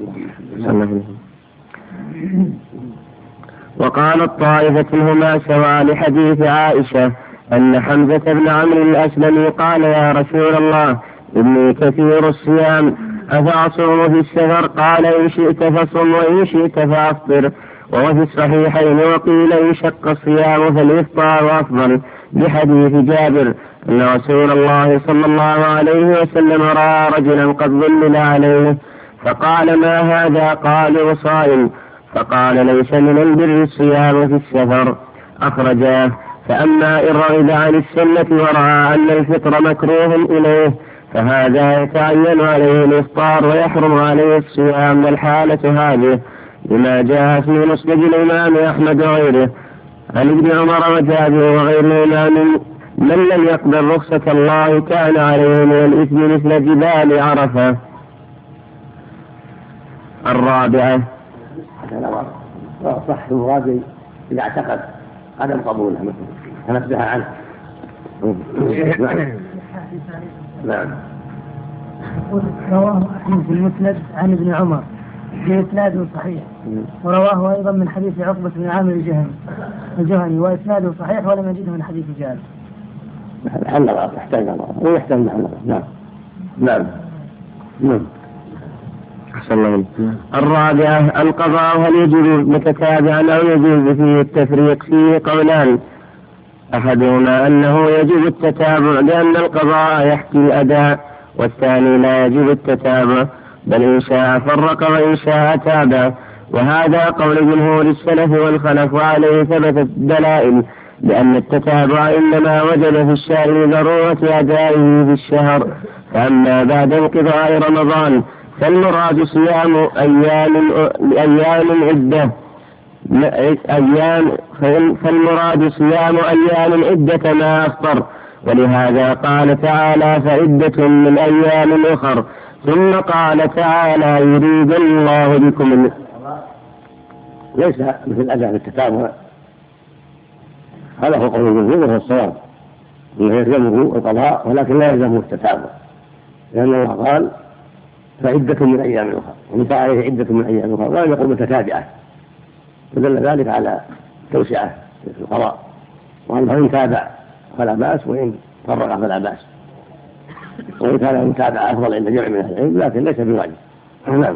وقالت طائفة هما سواء لحديث عائشة أن حمزة بن عمرو الأسلمي قال يا رسول الله إني كثير الصيام أفأصوم في السفر؟ قال إن شئت فصم وإن شئت فأفطر. وفي الصحيحين وقيل إن شق الصيام فالإفطار أفضل بحديث جابر أن رسول الله صلى الله عليه وسلم رأى رجلا قد ظلل عليه فقال ما هذا؟ قال صائم. فقال ليس من البر الصيام في السفر أخرجاه. فأما إن رغب عن السنة ورأى أن الفطر مكروه إليه فهذا يتعين عليه الإفطار ويحرم عليه الصيام. والحالة هذه لما جاء في مسند الإمام أحمد وغيره عن ابن عمر وجابر وغيرهما من لم يقبل رخصة الله كان عليه من الإثم مثل جبال عرفة. الرابعة صح المراد إذا اعتقد عدم قبوله فنبه عنه. نعم. رواه أحمد في المسند عن ابن عمر بإسناد صحيح ورواه أيضا من حديث عقبة بن عامر الجهني وإسناده صحيح ولم يجده من حديث جابر. حلقة تحتاج الله ويحتاج حلقة. نعم. نعم. نعم. الرابعة القضاء هل يجوز متتابعا أو يجوز فيه التفريق؟ فيه قولان أحدهما أنه يجب التتابع لأن القضاء يحكي الأداء والثاني لا يجب التتابع بل إن شاء فرق وإن شاء تابع. وهذا قول جمهور السلف والخلف وعليه ثبتت الدلائل لأن التتابع إنما وجب في الشهر لضرورة أدائه في الشهر. فأما بعد انقضاء رمضان فالمراد صيام أيام عدة ما أفطر. ولهذا قال تعالى فعدة من أيام أخر. ثم قال تعالى يريد الله بكم ليس مثل أداء التتابع. هذا هو قول الجمهور وهو الصواب انه يلزمه القضاء ولكن لا يلزمه التتابع لأن الله قال فعدة من أيام أخرى ونفى عليه عدة من أيام أخرى ولم يقل متتابعة فدل ذلك على توسعة في القضاء وأنه إن تابع فلا بأس وإن فرق فلا بأس وإن كان المتابعة أفضل عند جمع من أهل العلم لكن ليس بواجب. نعم.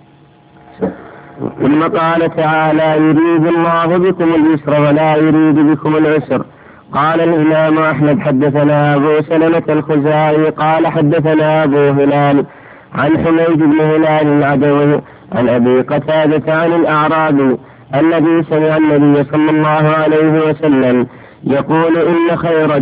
ثم قال تعالى يريد الله بكم اليسر ولا يريد بكم العسر. قال الإمام أحمد حدثنا أبو سلمة الخزاعي قال حدثنا أبو هلال عن حميد بن هلال العدوي عن أبي قتادة عن الأعرابي الذي سمع النبي صلى الله عليه وسلم يقول إن خير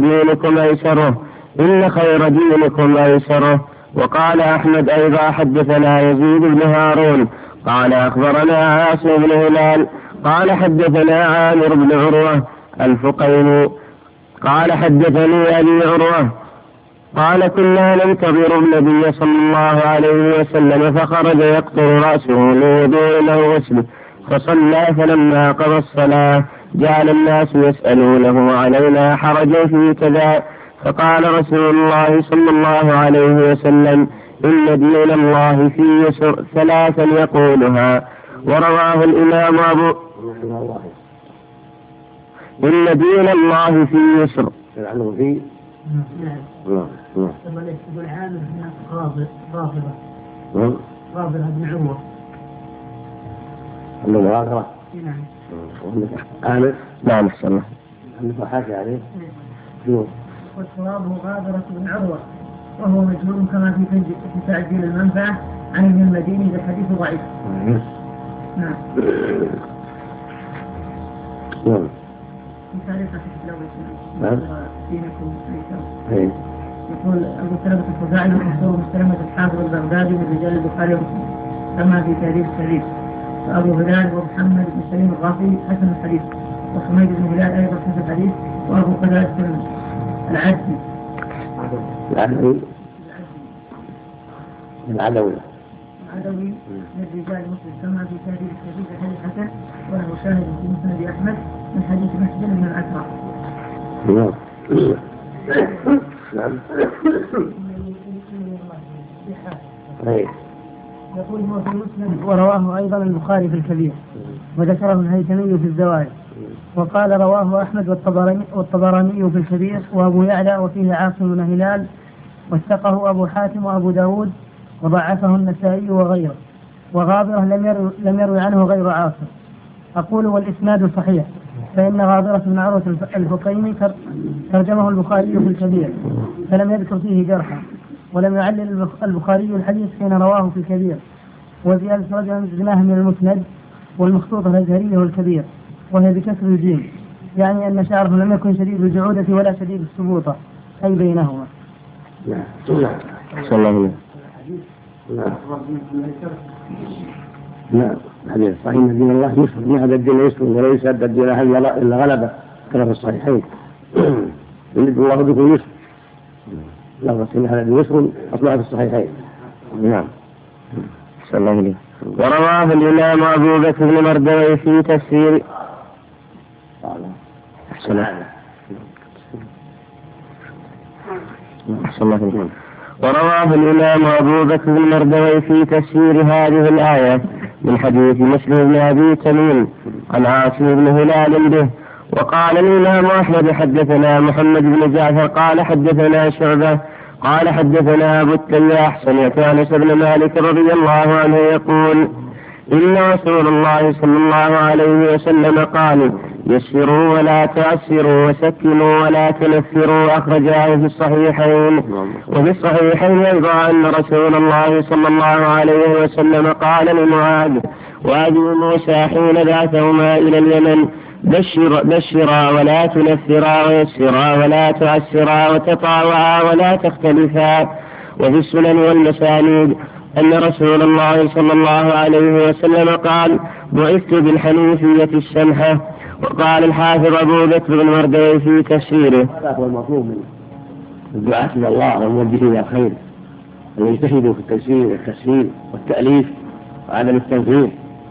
دينكم أيسره. وقال أحمد أيضا حدثنا يزيد بن هارون قال أخبرنا عاصم بن هلال قال حدثنا عامر بن عروة الفقيم قال حدثني أبي عروة قال كنا ننتظر النبي صلى الله عليه وسلم فخرج يقطر رأسه لوضوء له غسله فصلى فلما قضى الصلاة جعل الناس يسألونه علينا حرج في كذا فقال رسول الله صلى الله عليه وسلم إن دين الله في يسر ثلاثا يقولها. ورواه الإمام إن دين الله في يسر. في يقول عامر رافضة بن عروة المغادرة. نعم. عامر. نعم. السلام. عندك حاجة عليه. شو والصواب غابرة بن عروة وهو مجهول كما في تعجيل المنفعة عن ابن المديني بالحديث ضعيف. نعم. في تاريخ الإسلام دينكم أيسر. يقول أبو سلمة الخزاعي ومنصور مسلمة الحافظ البغدادي من رجال البخاري ومسلم كما في تاريخ الشريف. وأبو هلال ومحمد بن سليم الغافي حسن الحديث وحميد بن هلال أيضا حسن الحديث وأبو قتادة العدوي من رجال مسلم كما في تاريخ الشريف الحديث حسن وله شاهد في مسند أحمد من حديث مسجد بن الأسرع. يقول هو في مسند ورواه أيضا البخاري في الكبير وذكره الهيثمي في الزوائد وقال رواه أحمد والطبراني في الكبير وأبو يعلى وفيه عاصم بن هلال وثقه أبو حاتم وأبو داود وضعفه النسائي وغيره وغابرة لم يروي عنه غير عاصم. أقول والإسناد صحيح فإن غابرة بن عروة الفقيمي ترجمه البخاري في الكبير فلم يذكر فيه جرحا ولم يعلل البخاري الحديث حين رواه في الكبير وزيادة رجل زناه من المسند والمخطوطة الأزهرية والكبير وهي بكسر الجيم يعني أن شعره لم يكن شديد الجعودة ولا شديد السبوطة أي بينهما. نعم حديث صحيح ان دين الله يسر ما هذا الدين يسر وليس هذا الدين الا غلبه كما في الصحيحين. يريد الله بكم يسر لفظ ان هذا الدين يسر اصبح في الصحيحين. نعم. صلى الله عليه. ورواه الإمام أبو بكر بن مردوي في تفسير ورواه الإمام أبو بكر بن مردوي في تفسير هذه الآية من حديث مسلم بن أبي تميم عن عاصم بن هلال به. وقال الإمام أحمد حدثنا محمد بن جعفر قال حدثنا شعبة قال حدثنا أبو التياح سمعت أنس بن مالك رضي الله عنه يقول إن رسول الله صلى الله عليه وسلم قال يسروا ولا تعسروا وسكنوا ولا تنفروا أخرجاه في الصحيحين. وفي الصحيحين أيضا أن رسول الله صلى الله عليه وسلم قال لمعاذ وأبي موسى حين بعثهما إلى اليمن بشرا ولا تنفرا ويسرا ولا تعسرا وتطاوعا ولا تختلفا. وفي السنن والمسانيد أن رسول الله صلى الله عليه وسلم قال بعثت بالحنيفية السمحة. وقال الحافظ أبو بكر بن مردوي في تفسيره هذا هو المطلوب من الدعاة إلى الله والموجهين إلى الخير أن يجتهدوا في التيسير والتسهيل والتأليف وعدم التنفير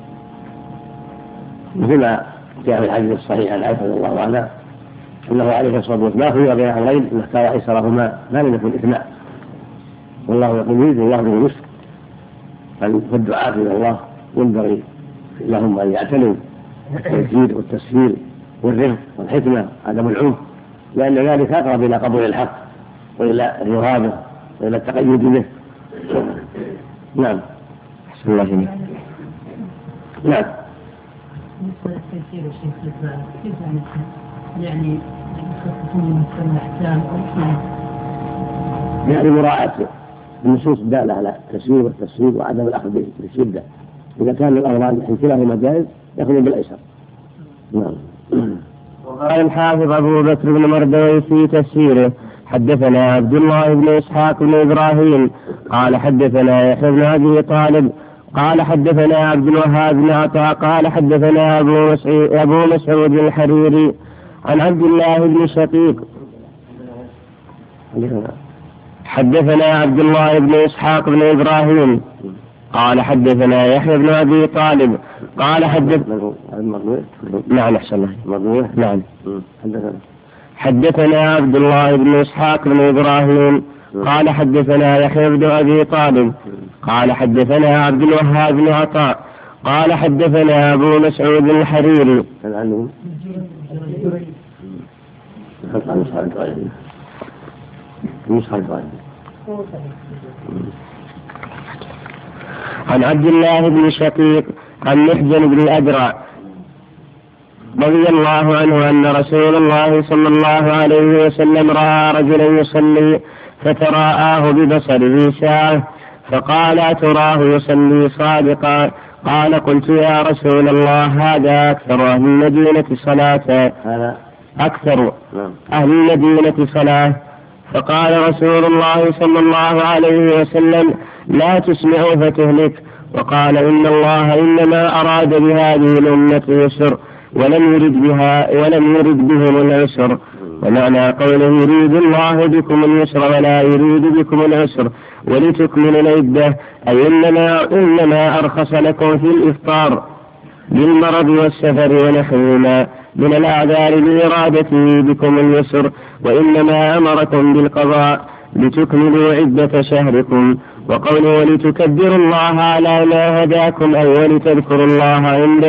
مثل ما جاء في الحديث الصحيح عن عائشة رضي الله عنها أنه عليه الصلاة والسلام خير بين أمرين أن اختار أيسرهما ما لم يكن إثما والله يقول يريد الله به يسر. فالدعاة إلى الله ينبغي لهم أن يعتنوا التيسير والتسهيل والرفق والحكمة عدم العنف لأن ذلك أقرب إلى قبول الحق وإلى الرهابة وإلى التقيد به. نعم. بسم الله جميل. نعم. يعني مراعاة النصوص الدالة على التسوير والتسوير وعدم الأخذ بالشدة. إذا كان الأمران من كلاهما جائز يأخذ بالأيسر. نعم. وقال الحافظ أبو بكر بن مردوي في تفسيره حدثنا عبد الله بن إسحاق بن إبراهيم قال حدثنا يحيى بن أبي طالب قال حدثنا عبد الوهاب بن عطاء قال حدثنا أبو مسعود الحريري عن عبد الله بن شقيق حدثنا عبد الله بن إسحاق بن إبراهيم قال حدثنا يحيى بن أبي طالب قال حدثنا عبد الله بن إسحاق بن إبراهيم قال حدثنا يحيى بن أبي طالب قال حدثنا عبد الوهاب بن عطاء قال حدثنا أبو مسعود الحريري عن عبد الله بن شقيق عن محجن بن الأدرع رضي الله عنه أن رسول الله صلى الله عليه وسلم رأى رجلا يصلي فتراءاه ببصره ساعة فقال أتراه يصلي صادقا؟ قال قلت يا رسول الله هذا أكثر أهل المدينة صلاة أكثر أهل المدينة صلاة. فقال رسول الله صلى الله عليه وسلم لا تسمع فتهلك. وقال إن الله إنما أراد بهذه الأمة يسر ولم يرد بهم العسر. ومعنى قوله يريد الله بكم اليسر ولا يريد بكم العسر ولتكملوا العدة أي إنما أرخص لكم في الإفطار بالمرض والسفر ونحوهما من الأعذار بإرادته بكم اليسر، وإنما أمركم بالقضاء لتكملوا عدة شهركم. وقوله ولتكبروا الله على ما هداكم أي ولتذكروا الله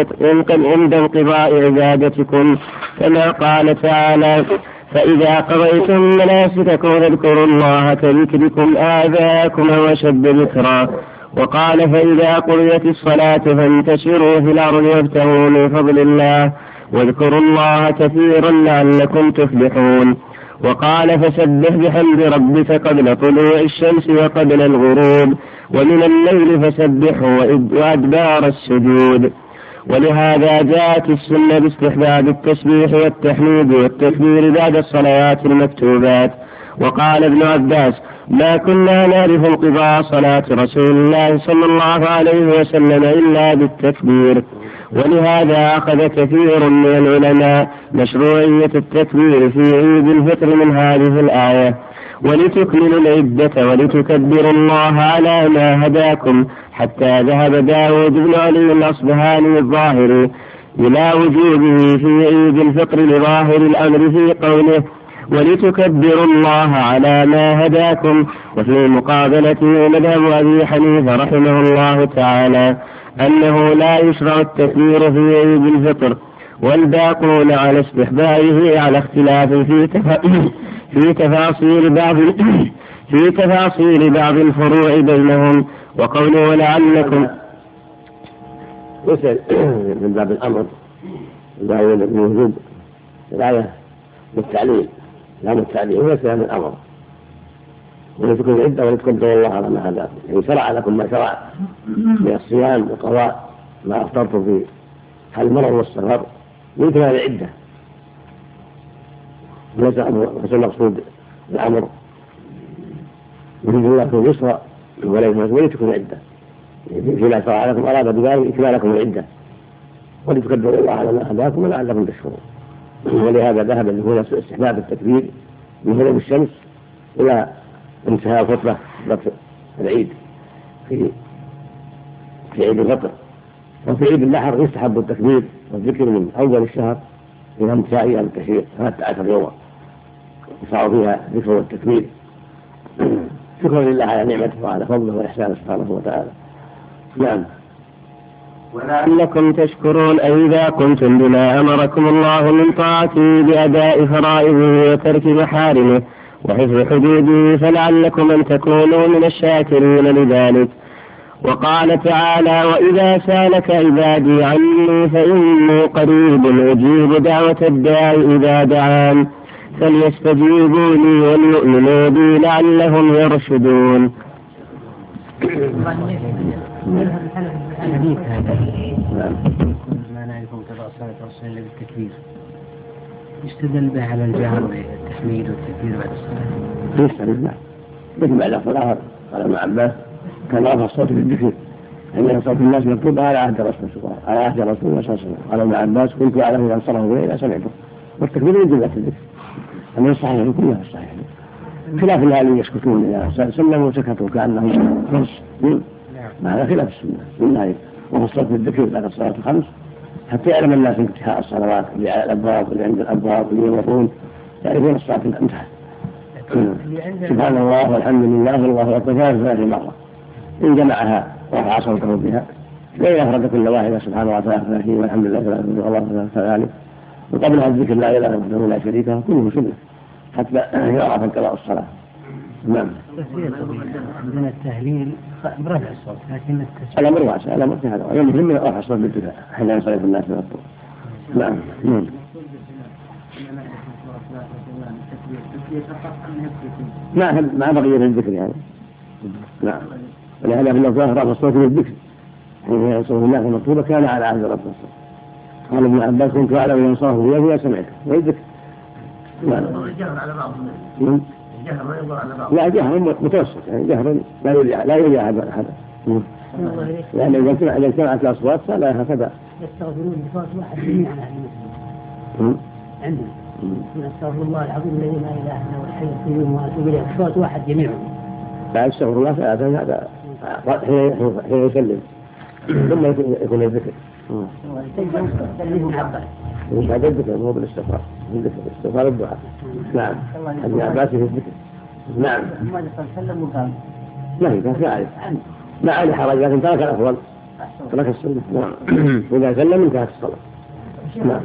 عند انقضاء عبادتكم، كما قال تعالى فإذا قضيتم مناسككم فاذكروا الله كذكركم آباءكم وأشد ذكرا. وقال فإذا قضيت الصلاة فانتشروا في الأرض وابتغوا من فضل الله واذكروا الله كثيرا لعلكم تفلحون. وقال فسبح بحمد ربك قبل طلوع الشمس وقبل الغروب ومن الليل فسبحه وأدبار السجود. ولهذا جاءت السنة باستحباب التسبيح والتحميد والتكبير بعد الصلوات المكتوبات. وقال ابن عباس ما كنا نعرف انقضاء صلاة رسول الله صلى الله عليه وسلم إلا بالتكبير. ولهذا أخذ كثير من العلماء مشروعية التكبير في عيد الفطر من هذه الآية ولتكملوا العدة ولتكبروا الله على ما هداكم، حتى ذهب داود بن علي الأصبهاني الظاهري إلى وجوبه في عيد الفطر لظاهر الأمر في قوله ولتكبروا الله على ما هداكم. وفي مقابلته مذهب أبي حنيفة رحمه الله تعالى أنه لا يشرع التكبير في عيد الفطر، والباقون على استحبابه على اختلاف في تفاصيل بعض الفروع بينهم. وقوله لعلكم مثل من باب الأمر الدعوة الموجود الآية بالتعليل لا بالتعليل هو كلام الأمر ولتكن العدة ولتكبروا الله على ما هداكم، يعني شرع لكم ما شرع من الصيام وقضاء ما أفطرتم في حال المرض والسفر مثل العدة، ليس المقصود الأمر يريد الله لكم اليسر ولتكن العدة فيما شرع لكم أراد بذلك إكمالكم العدة ولتكبروا الله على ما هداكم ولعلكم تشكرون. ولهذا ذهب هنا استحباب التكبير من غروب الشمس إلى انتهاء الخطبة العيد في عيد الفطر. وفي عيد النحر يستحب التكبير والذكر من أول الشهر إلى انتهاء أيام التشريق 13 يوما يشرع فيها ذكر والتكبير شكرا لله على نعمته وعلى فضله وإحسانه سبحانه وتعالى. نعم. ولعلكم تشكرون أي إذا قمتم بما أمركم الله من طاعته بأداء فرائضه وترك محارمه وحفظ حدوده فلعلكم أن تكونوا من الشاكرين لذلك. وقال تعالى وإذا سالك عبادي عني فإني قريب أجيب دعوة الداعي إذا دعان فليستجيبوا لي وليؤمنوا بي لعلهم يرشدون. الحديث هذا ما نعرف انقضاء صلاة الرسول إلا بالتكبير يستدل به على الجهر والتحميد والتكبير بعد الصلاة. يستدل به مثل بعد الصلاة قال ابن عباس كان رفع الصوت بالذكر عندما صوت الناس مكتوب على عهد الرسول على عهد الرسول صلى الله عليه وسلم. قال ابن عباس كنت أعلم إذا انصره به إذا سمعته والتكبير من جملة الذكر أما الصحيح كلها الصحيح خلاف الذين يسكتون إذا سلموا وسكتوا كأنهم فرس هذا خلاف السنة وهو الصوت بالذكر بعد الصلاة الخمس حتى يعلم الناس انتهاء الصلوات اللي على الأبواب واللي عند الأبواب واللي يمرون يعرفون الصلاة انتهت. سبحان الله والحمد لله والله أكبر 3 مرة إن جمعها ورفع صوته بها فإن أفرد كل واحدة سبحان الله 33 والحمد لله والله ذلك وقبلها الذكر لا إله إلا الله لا شريك له كله سنة حتى يعرف انقضاء الصلاة. نعم. عندنا التهليل برفع الصوت لكن الأمر واسع الأمر هذا المهم رفع الصوت بالدعاء حين ينصرف الناس من الطرق نعم. ما بقي الذكر يعني. نعم. ولهذا في اللفظ رفع الصوت بالذكر حين يصوم الله المكتوبة كان على عهد رب الصوت. قال ابن عباس كنت أعلم من صرف بيده سمعته والذكر. الجهر على بعض. الجهر ما ينظر على بعض. لا جهر متوسط يعني جهر لا يرجع هذا. لأن إذا اجتمعت الأصوات فلا هكذا. يستغفرون بصوت واحد جميعا عندنا. نستغفر الله العظيم الذي لا إله إلا هو الحي القيوم وأتوب إليه بصوت واحد جميعا. لا استغفر الله هذا حين يسلم ثم يكون الذكر. هذا الذكر مو بالاستغفار. الاستغفار الدعاء. نعم. ابن عباس في الذكر. نعم. ما سلم وقال. لا كان عارف. ما عليه حرج لكن ترك الأفضل. ترك السنة. نعم. إذا سلم انتهت الصلاة. نعم.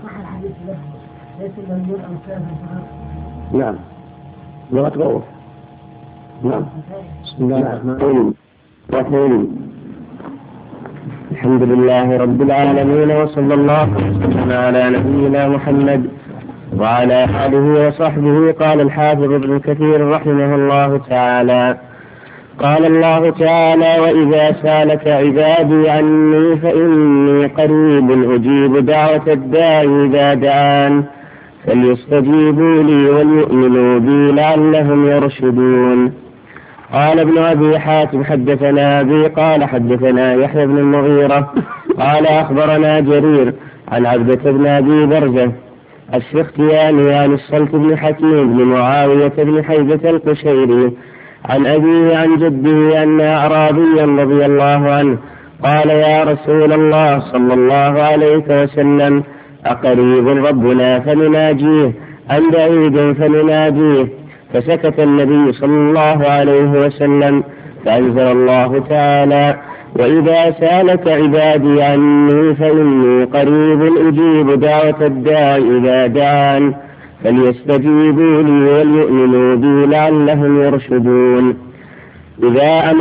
نعم. لغة غوف. نعم. بسم الله الرحمن الرحيم. الحمد لله رب العالمين وصلى الله وسلم على نبينا محمد وعلى آله وصحبه. قال الحافظ ابن كثير رحمه الله تعالى: قال الله تعالى: وإذا سالك عبادي عني فإني قريب أجيب دعوة الداعي إذا دعان فليستجيبوا لي وليؤمنوا بي لعلهم يرشدون. قال ابن أبي حاتم: حدثنا أبي قال حدثنا يحيى بن المغيرة قال أخبرنا جرير عن عبدة بن أبي برزة السختياني عن الصلت بن حكيم بن معاوية بن حيدة القشيري عن أبيه عن جده أن أعرابيا رضي الله عنه قال: يا رسول الله صلى الله عليه وسلم، أقريب ربنا فنناجيه أم بعيد فنناديه؟ فسكت النبي صلى الله عليه وسلم فأنزل الله تعالى: وإذا سالك عبادي عني فإني قريب أجيب دعوة الداعي إذا دعان فليستجيبوا لي وليؤمنوا بي لعلهم يرشدون. إذا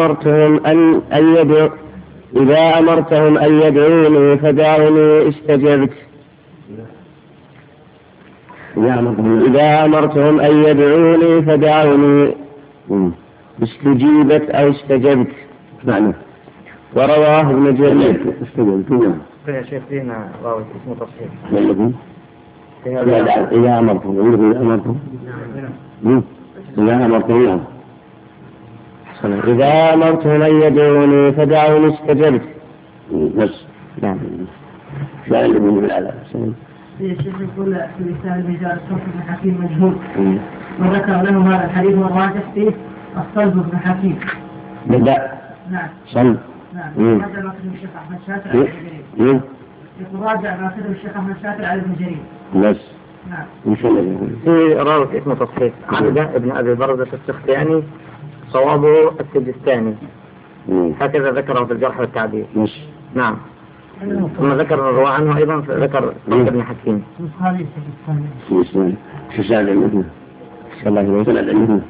أمرتهم أن يدعوني فدعوني استجبت. إذا أمرتهم أن يدعوني فدعوني استجيبت أو استجبت. معنى. ورواه ابن جرير. استجبت. يا شيخ فينا راوي اسمه تصحيح. إذا أمرتهم إذا أمرتهم أن يدعوني فدعوني استجبت. بس. نعم. لا يلزمني بالعذاب. الشيخ يقول في لسان رجال الصلب بن حكيم مجهول وذكر له هذا الحديث والراجح فيه الصلب بن حكيم. لا. نعم. صلب. نعم. هذا ما كتب الشيخ أحمد شاكر على ابن جرير. يراجع ما كتب الشيخ أحمد شاكر على ابن جرير. بس. نعم. إن شاء الله. في راوي اسمه تصحيح عبدة ابن أبي برزة السختياني صوابه السجستاني. هكذا ذكره في الجرح والتعديل. نعم. ثم ذكر الرواة عنه أيضا ذكر صلت بن حكيم. هذه السجستاني. شو سأل عنه؟ الله سأل عنه.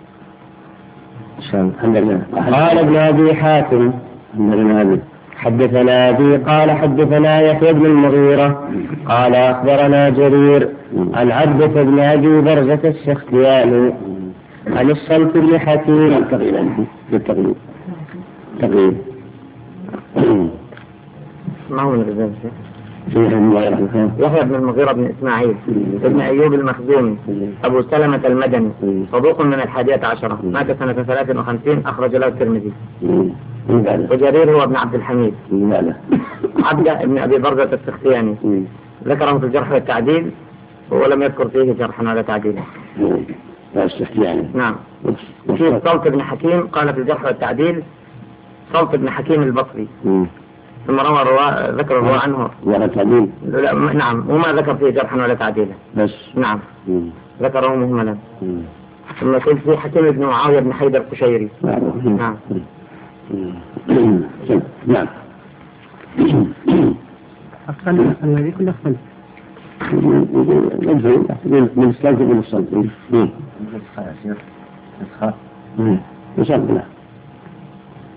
قال ابن أبي حاتم حدثنا أبي قال حدثنا يحيى بن المغيرة قال أخبرنا جرير عن عبدة بن أبي برزة السختياني عن الصلت بن حكيم. تقريبا ما هو من يحيى بن المغيرة بن إسماعيل ابن أيوب المخزومي أبو سلمة المدني صدوق من 11 مات سنة 53 أخرج له الترمذي. وجرير هو ابن عبد الحميد عبدة ابن أبي برزة السختياني ذكره في الجرح والتعديل ولم يذكر فيه جرحا ولا تعديلا. نعم. وفيه صلت بن حكيم قال في الجرح والتعديل صلت بن حكيم البصري ثم ذكر الرواة عنه ولا تعديل. نعم. وما ذكر فيه جرحا ولا تعديلا بس. نعم. ذكره مهملا. ثم كنت فيه حكيم بن معاوية بن حيدة القشيري. نعم. نعم. أصلا الذي كل أصلا من الصلب من الصلب. يصلب له.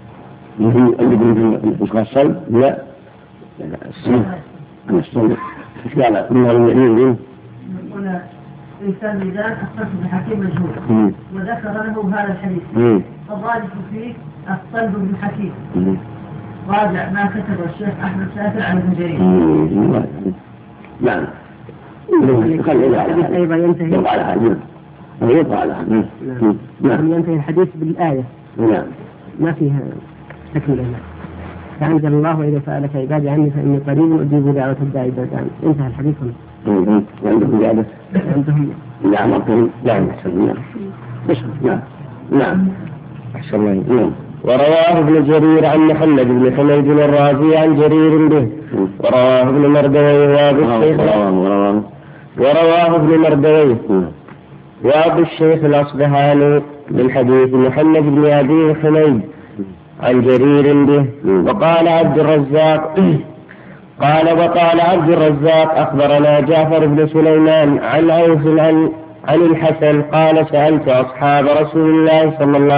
يجب أن يكون الصلب لا الصلب ايش قال؟ انه المؤمنين هنا إنسان ميزان الصلب بحكيم مجهول وذكر له هذا الحديث فالراجح فيه الصلب بن حكيم راجع ما كتب الشيخ أحمد شاكر على ابن جرير. نعم. أيضا ينتهي ينتهي الحديث بالآية. نعم. ما فيها تكملة. فأنزل الله وإذا سألك عبادي عني فإني قريب أجيب دعوة الداعي إذا دعان. انتهى الحديث هنا. عندهم زيادة؟ عندهم. نعم أعطهم. نعم نعم. أحسن الله. ورواه ابن جرير عن محمد بن حميد الرازي عن جرير به. ورواه ابن مردويه ورواه ابن مردويه وأبو الشيخ الأصبهاني من حديث محمد بن أبي حميد عن جرير به. وقال عبد الرزاق أخبرنا جعفر بن سليمان عن عوف عن الحسن قال سأل أصحاب رسول الله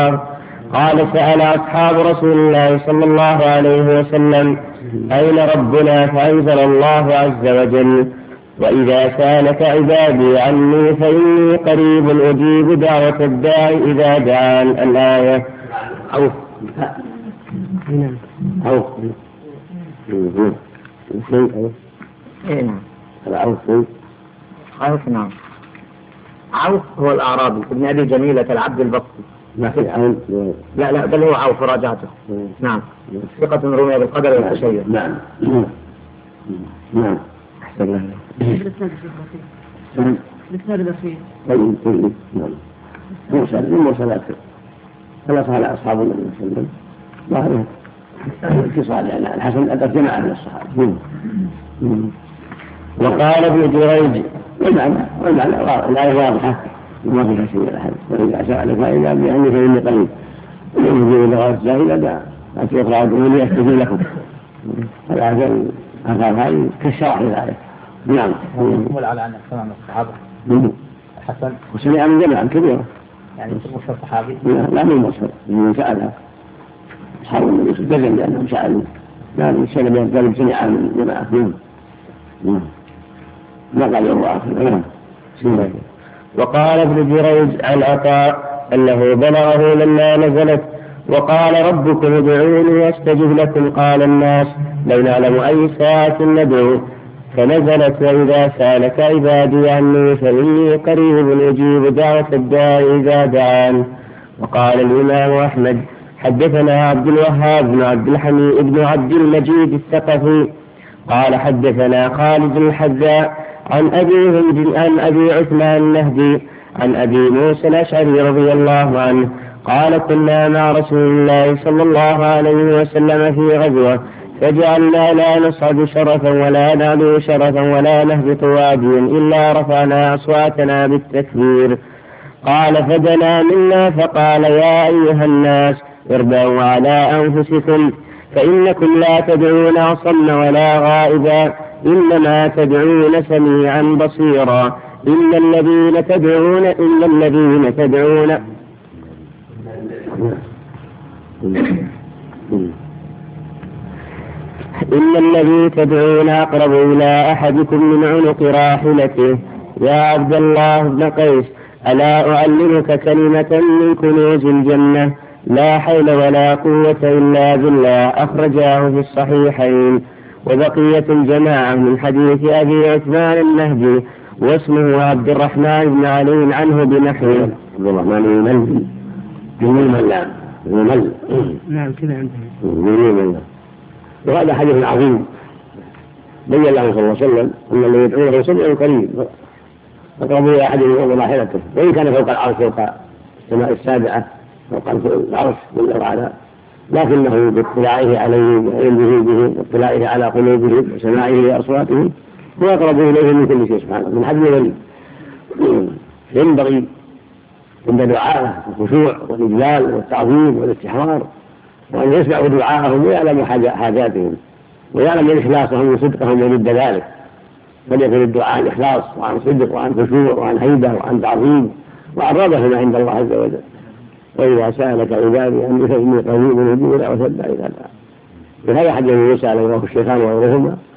صلى الله عليه وسلم أين ربنا فأنزل الله عز وجل وإذا سألك عبادي عني فإني قريب أجيب دعوة الداعي إذا دعان. الآية. عوف عوف هو الأعرابي ابن أبي جميلة العبد البصري. ما في عون. لا بل هو عوف راجعته. نعم. ثقة رمي بالقدر والتشيع. نعم. أحسن الله. الإسناد الأخير. نعم. مرسلات ثلاث على أصحاب النبي صلى الله عليه وسلم. ظاهرها اتصال يعني الحسن أدى جماعة من الصحابة. وقال ابن جريج والمعنى الآية واضحة وما فيها شيء ولا حد. وإذا سألك فإذا بأني فإني قريب يجيب لغاية السائل لا تقرأ دعوني أستجيب لكم. الآية هذه كالشرح للآية. نعم. يحمل على أن سمع من الصحابة الحسن وسمع من جماعة كبيرة يعني مرسل صحابي. لا من مرسل من سألها أصحاب النبي صلى الله عليه وسلم لأنهم سألوا لا من سلم سمع من جماعة. ما قال يوم آخر. وقال ابن جريج عن عطاء أنه بلغه لما نزلت وقال ربكم ادعوني أستجب لكم قال الناس لو نعلم أي ساعة ندعو فنزلت وإذا سألك عبادي عني فإني قريب أجيب دعوة الداعي إذا دعان. وقال الإمام أحمد حدثنا عبد الوهاب بن عبد الحميد بن عبد المجيد الثقفي قال حدثنا خالد الحذاء عن أبي عثمان النهدي عن أبي موسى الأشعري رضي الله عنه قال كنا مع رسول الله صلى الله عليه وسلم في غزوة فجعلنا لا نصعد شرفا ولا نعلو شرفا ولا نهبط واديا إلا رفعنا أصواتنا بالتكبير. قال فدنا منا فقال يا أيها الناس اربعوا على أنفسكم فإنكم لا تدعون أصم ولا غائبا إنما تدعون سميعا بصيرا إن الذين تدعون أقرب إلى أحدكم من عنق راحلته. يا عبد الله بن قيس ألا أعلمك كلمة من كنوز الجنة لا حول ولا قوة إلا بالله أخرجاه في الصحيحين. وبقية الجماعة من حديث أبي عثمان النهدي واسمه عبد الرحمن بن علي عنه بنحوه. عبد الرحمن بن نعم كذا عنده. وهذا حديث عظيم بين له صلى الله عليه وسلم أن الذي يدعونه سميع قريب أقرب إلى أحدهم فوق راحلته وإن كان فوق العرش فوق السماء السابعة فوق العرش جل وعلا لكنه باطلاعه عليهم وعلمه بهم واطلاعه على قلوبهم وسماعه لأصواتهم هو أقرب إليه من كل شيء سبحانه من حبل الوريد. ينبغي عند دعائه الخشوع والإجلال والتعظيم والاستحضار وأن يسمعوا دعاءهم ويعلموا حاجاتهم ويعلم إخلاصهم وصدقهم وجد ذلك فليكن الدعاء عن إخلاص وعن صدق وعن خشوع وعن هيبة وعن تعظيم وعن رغبة عند الله عز وجل. وإذا سألك عبادي عني فإني قريب أجيب دعوة الداعي إذا دعان. وهذا حديث موسى رواه الشيخان وغيرهما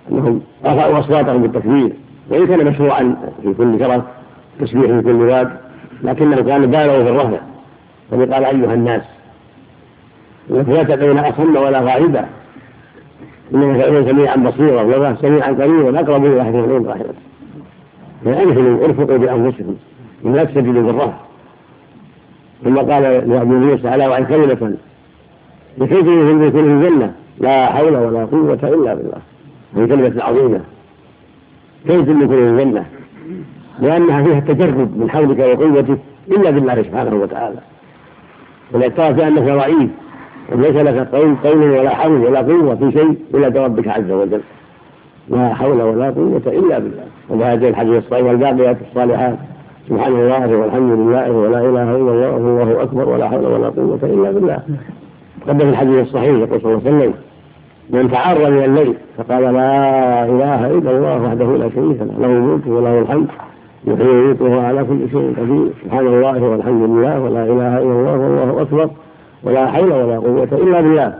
أنهم رفعوا أصواتهم بالتكبير، وإن كان مشروعا في كل شرف تسبيح في كل واد، لكنه كان بالغوا في الرفع، فقال أيها الناس إنك لا تدعون أصم ولا غائبا، إنك تدعون سميعا بصيرا والله سميعا قريبا أقرب إلى أحدهم من راحلته، فأنزلوا ارفقوا بأنفسكم لا تسجدوا بالرفع. ثم قال لأبي موسى ألا وعن كلمة لكي تدخلوا في الجنة لا حول ولا قوة إلا بالله، هي كلمة عظيمة كيف تدخلوا في الجنة، لأنها فيها التجرد من حولك وقوتك إلا بالله سبحانه وتعالى، ولأترى في أنك ضعيف وليس لك قول ولا حول ولا قوة في شيء إلا بربك عز وجل، لا حول ولا قوة إلا بالله. وهذا الحديث الصحيح والباقيات الصالحات سبحان الله والحمد لله ولا إله إلا الله والله أكبر ولا حول ولا قوة إلا بالله. قدم الحديث الصحيح يقول صلى الله عليه وسلم من تعرى من الليل فقال لا إله إلا الله وحده لا شريك له له الملك وله الحمد يحيي ويميت وهو على كل شيء قدير سبحان الله والحمد لله ولا إله إلا الله والله أكبر ولا حول ولا قوة إلا بالله.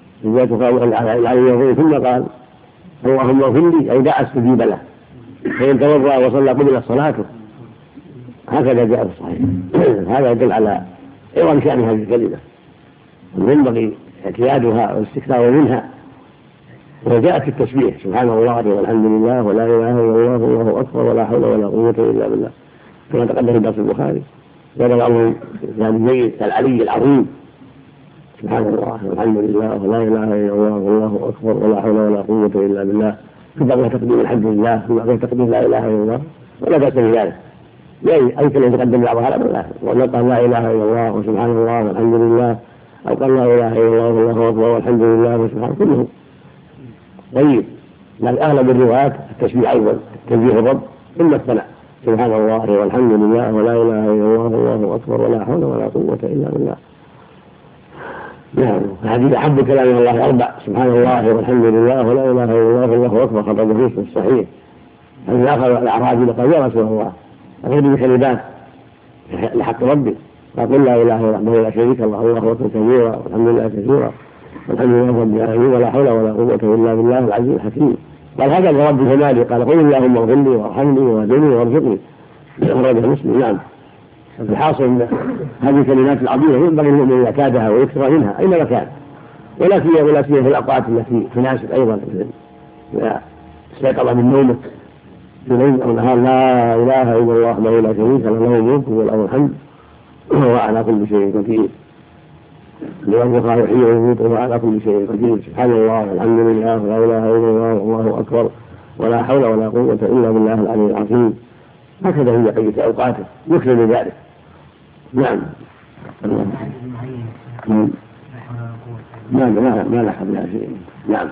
ثم قال اللهم اغفر لي أي دعا استجيب له، فإن توضأ وصلى قبل صلاته. هكذا جاء في الصحيح. هذا يدل على عظم شأن هذه الكلمة وينبغي اعتيادها والاستكثار منها. وجاءت في التسبيح سبحان الله والحمد لله ولا إله إلا الله والله أكبر ولا حول ولا قوة إلا بالله، كما تقدم في درس البخاري. قال الله يعني العلي العظيم سبحان الله والحمد لله ولا إله إلا الله والله أكبر ولا حول ولا قوة إلا بالله. ثم بقي تقديم الحمد لله، ثم بقي تقديم لا إله إلا الله، ولا بأس بذلك. يعني أي كلمة تقدم بعضها لا بالله، ولا قال لا إله إلا الله وسبحان الله والحمد لله، أو قال لا إله إلا الله والله أكبر والحمد لله وسبحان كله طيب. لكن أغلب الروايات التسبيح أول تنزيه الرب ثم الثناء سبحان الله والحمد لله ولا إله إلا الله والله أكبر ولا حول ولا قوة إلا بالله. نعم. هذه أحب كلام الله أربع سبحان الله والحمد لله ولا إله إلا الله والله أكبر خطب في الصحيح. هذا آخر الأعرابي لقد يا رسول الله أغير بكلمات لحق ربي فقل لا إله إلا الله لا شريك له الله أكبر كبيرا والحمد لله كثيرا والحمد لله رب العالمين ولا حول ولا قوة إلا بالله العزيز الحكيم. قال هذا لرب جمالي قال قل اللهم اغفر لي وارحمني واهدني وارزقني. أخرجه مسلم. نعم. الحاصل ان هذه الكلمات العظيمه ينبغي المؤمن ان يعتادها ويكثر منها اينما كان، ولا سيما في الاوقات التي تناسب ايضا اذا استيقظ من نومه في ليل او نهار لا اله الا الله وحده لا شريك له له الملك وله الحمد وهو على كل شيء قدير. لأنه يحيي ويميت وهو على كل شيء قدير. سبحان الله والحمد لله ولا اله الا الله والله اكبر ولا حول ولا قوه الا بالله العلي العظيم. هكذا هي بقية أوقاته يكثر من ذلك. نعم. ما لحق لها شيء. نعم.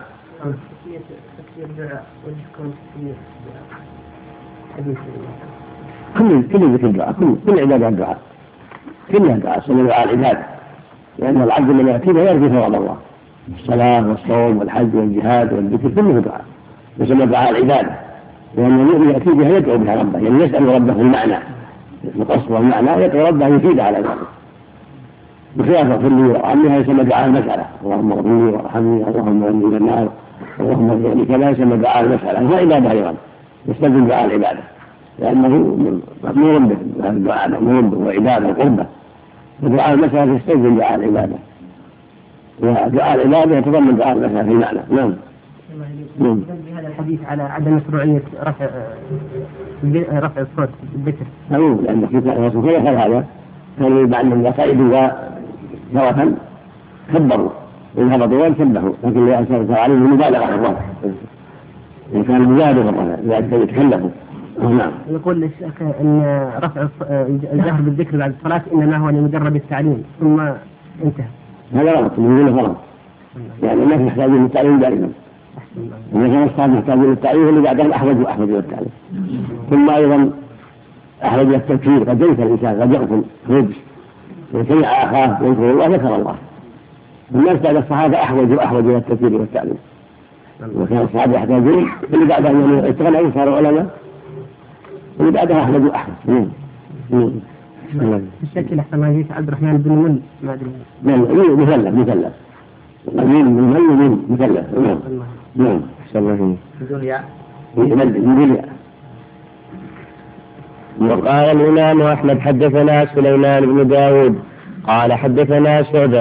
كل ذكر الدعاء كل عبادة الدعاء كلها دعاء سمى دعاء العبادة، لأن العبد من يأتيها يرجو ثواب الله. الصلاة والصوم والحج والجهاد والذكر كله دعاء يسمى دعاء العبادة، لأن المؤمن يأتي بها يدعو بها ربه، يعني يسأل ربه المعنى القصد والمعنى يدعو ربه يفيد على ذلك. بخلاف اغفر لي وارحمني يسمى دعاء المسألة اللهم اغفر لي وارحمني اللهم اغفر لي النار اللهم اغفر لي كذا يسمى دعاء المسألة. هو عبادة أيضا يستلزم دعاء العبادة لأنه مأمور به، هذا الدعاء مأمور به وعبادة وقربة، ودعاء المسألة يستلزم دعاء العبادة، ودعاء العبادة يتضمن دعاء المسألة في معنى. نعم. بهذا الحديث على عدم مشروعية رفع الصوت بالذكر. أقول لأن في الرسول كيف هذا كانوا بعد من القائد إذا ثوة كبروا إن هبطوا وانتبهوا، لكن لا أسأل عليه المبالغة في الرفع إن كان مجاهد في الرفع لا يتكلفوا. نعم. يقول الشيخ أن رفع الجهر بالذكر بعد الصلاة إنما هو لمجرد التعليم ثم انتهى. هذا غلط يقول غلط، يعني الناس يحتاجون للتعليم دائما. إذا كان الصلاة يحتاجون للتعليم اللي بعدها أحوج للتعليم. ثم أيضا أحوج للتذكير، قد ينسى الإنسان قد يغفل ويجلس ويسمع أخاه ويذكر الله ذكر الله. الناس بعد الصحابة أحوج إلى التذكير والتعليم، وكان الصحابة يحتاجون اللي بعدها يعني يتغنى صاروا علماء واللي بعدها أحوج أحوج. الشكل أحسن ما يجيك عبد الرحمن بن من ما أدري. مثلث أمين من مثلث. نعم. بدون ياء. وقال الإمام أحمد حدثنا سليمان بن داود قال حدثنا شعبة.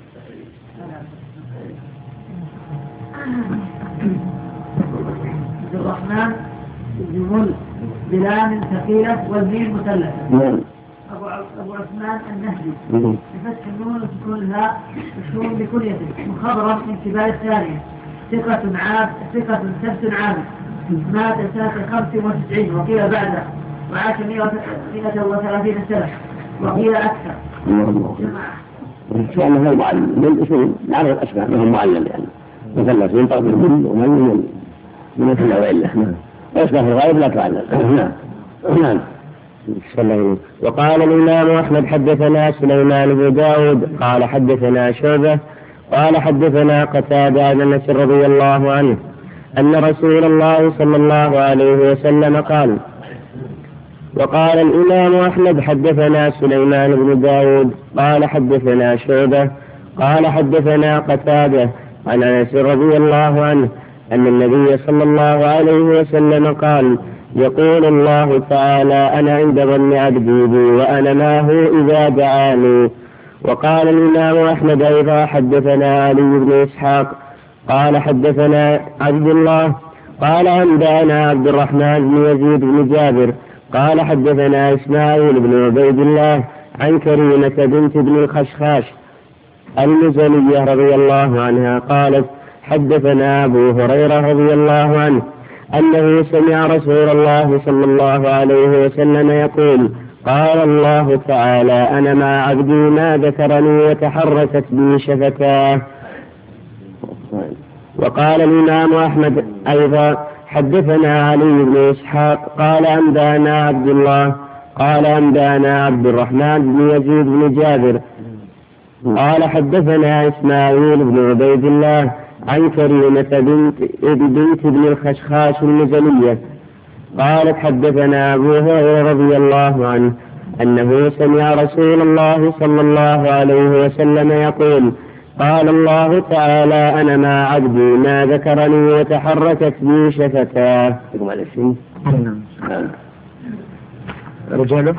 عبد الرحمن بن بلام ثقيلة والميم مثلثة. أبو عثمان النهدي بفتح النون وسكون الهاء مشهور بكنيته مخضرم من كبار الثانية ثقة ثبت عابد مات سنة 95 وقيل بعده وعاش 130 سنة وقيل أكثر. إن شاء الله هو معلم من اسمه نعرف الأسماء أنهم معلم يعني مثلث ينطق بالمن ومن من مثل وعلة. ويصبح الغائب لا تعلم. نعم. وقال الإمام أحمد حدثنا سليمان بن داود قال حدثنا شعبة قال حدثنا قتادة عن أنس رضي الله عنه أن رسول الله صلى الله عليه وسلم قال. وقال الإمام أحمد حدثنا سليمان بن داود قال حدثنا شعبة قال حدثنا قتادة عن أنس رضي الله عنه أن النبي صلى الله عليه وسلم قال يقول الله تعالى أنا عند ظن عبدي بي وأنا معه إذا دعاني. وقال الإمام أحمد أيضا حدثنا علي بن إسحاق قال حدثنا عبد الله قال أنبأنا عبد الرحمن بن يزيد بن جابر قال حدثنا إسماعيل بن عبيد الله عن كريمة بنت ابن الخشخاش المزنية رضي الله عنها قالت حدثنا أبو هريرة رضي الله عنه أنه سمع رسول الله صلى الله عليه وسلم يقول قال الله تعالى أنا مع عبدي ما ذكرني وتحركت بي شفتاه. وقال الإمام أحمد أيضا حدثنا علي بن إسحاق قال أنبأنا عبد الله قال أنبأنا عبد الرحمن بن يزيد بن جابر قال حدثنا إسماعيل بن عبيد الله عن كريمة بنت ابن الخشخاش المزنية قالت حدثنا أبو هريرة رضي الله عنه أنه سمع رسول الله صلى الله عليه وسلم يقول قال الله تعالى أنا مع عبدي ما ذكرني وتحركت بي شفتاه. رجاله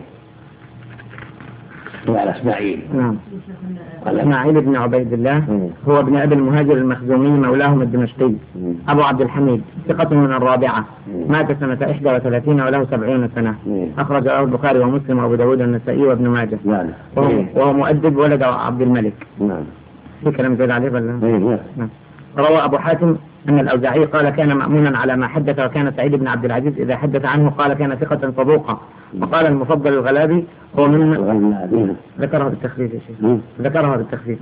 وعلى إسماعيل. نعم. إسماعيل بن عبيد الله هو ابن أبي المهاجر المخزومي مولاهم الدمشقي أبو عبد الحميد ثقة من الرابعة مات سنة 31 وله 70 سنة أخرج له البخاري ومسلم وأبو داود والنسائي وابن ماجه وهو مؤدب ولد عبد الملك. في كلام زاد عليه ولا؟ روى أبو حاتم أن الأوزاعي قال كان مأمونا على ما حدث وكان سعيد بن عبد العزيز إذا حدث عنه قال كان ثقة صدوقا. وقال المفضل الغلابي هو من ذكرها بالتخفيف يا شيخ ذكرها بالتخفيف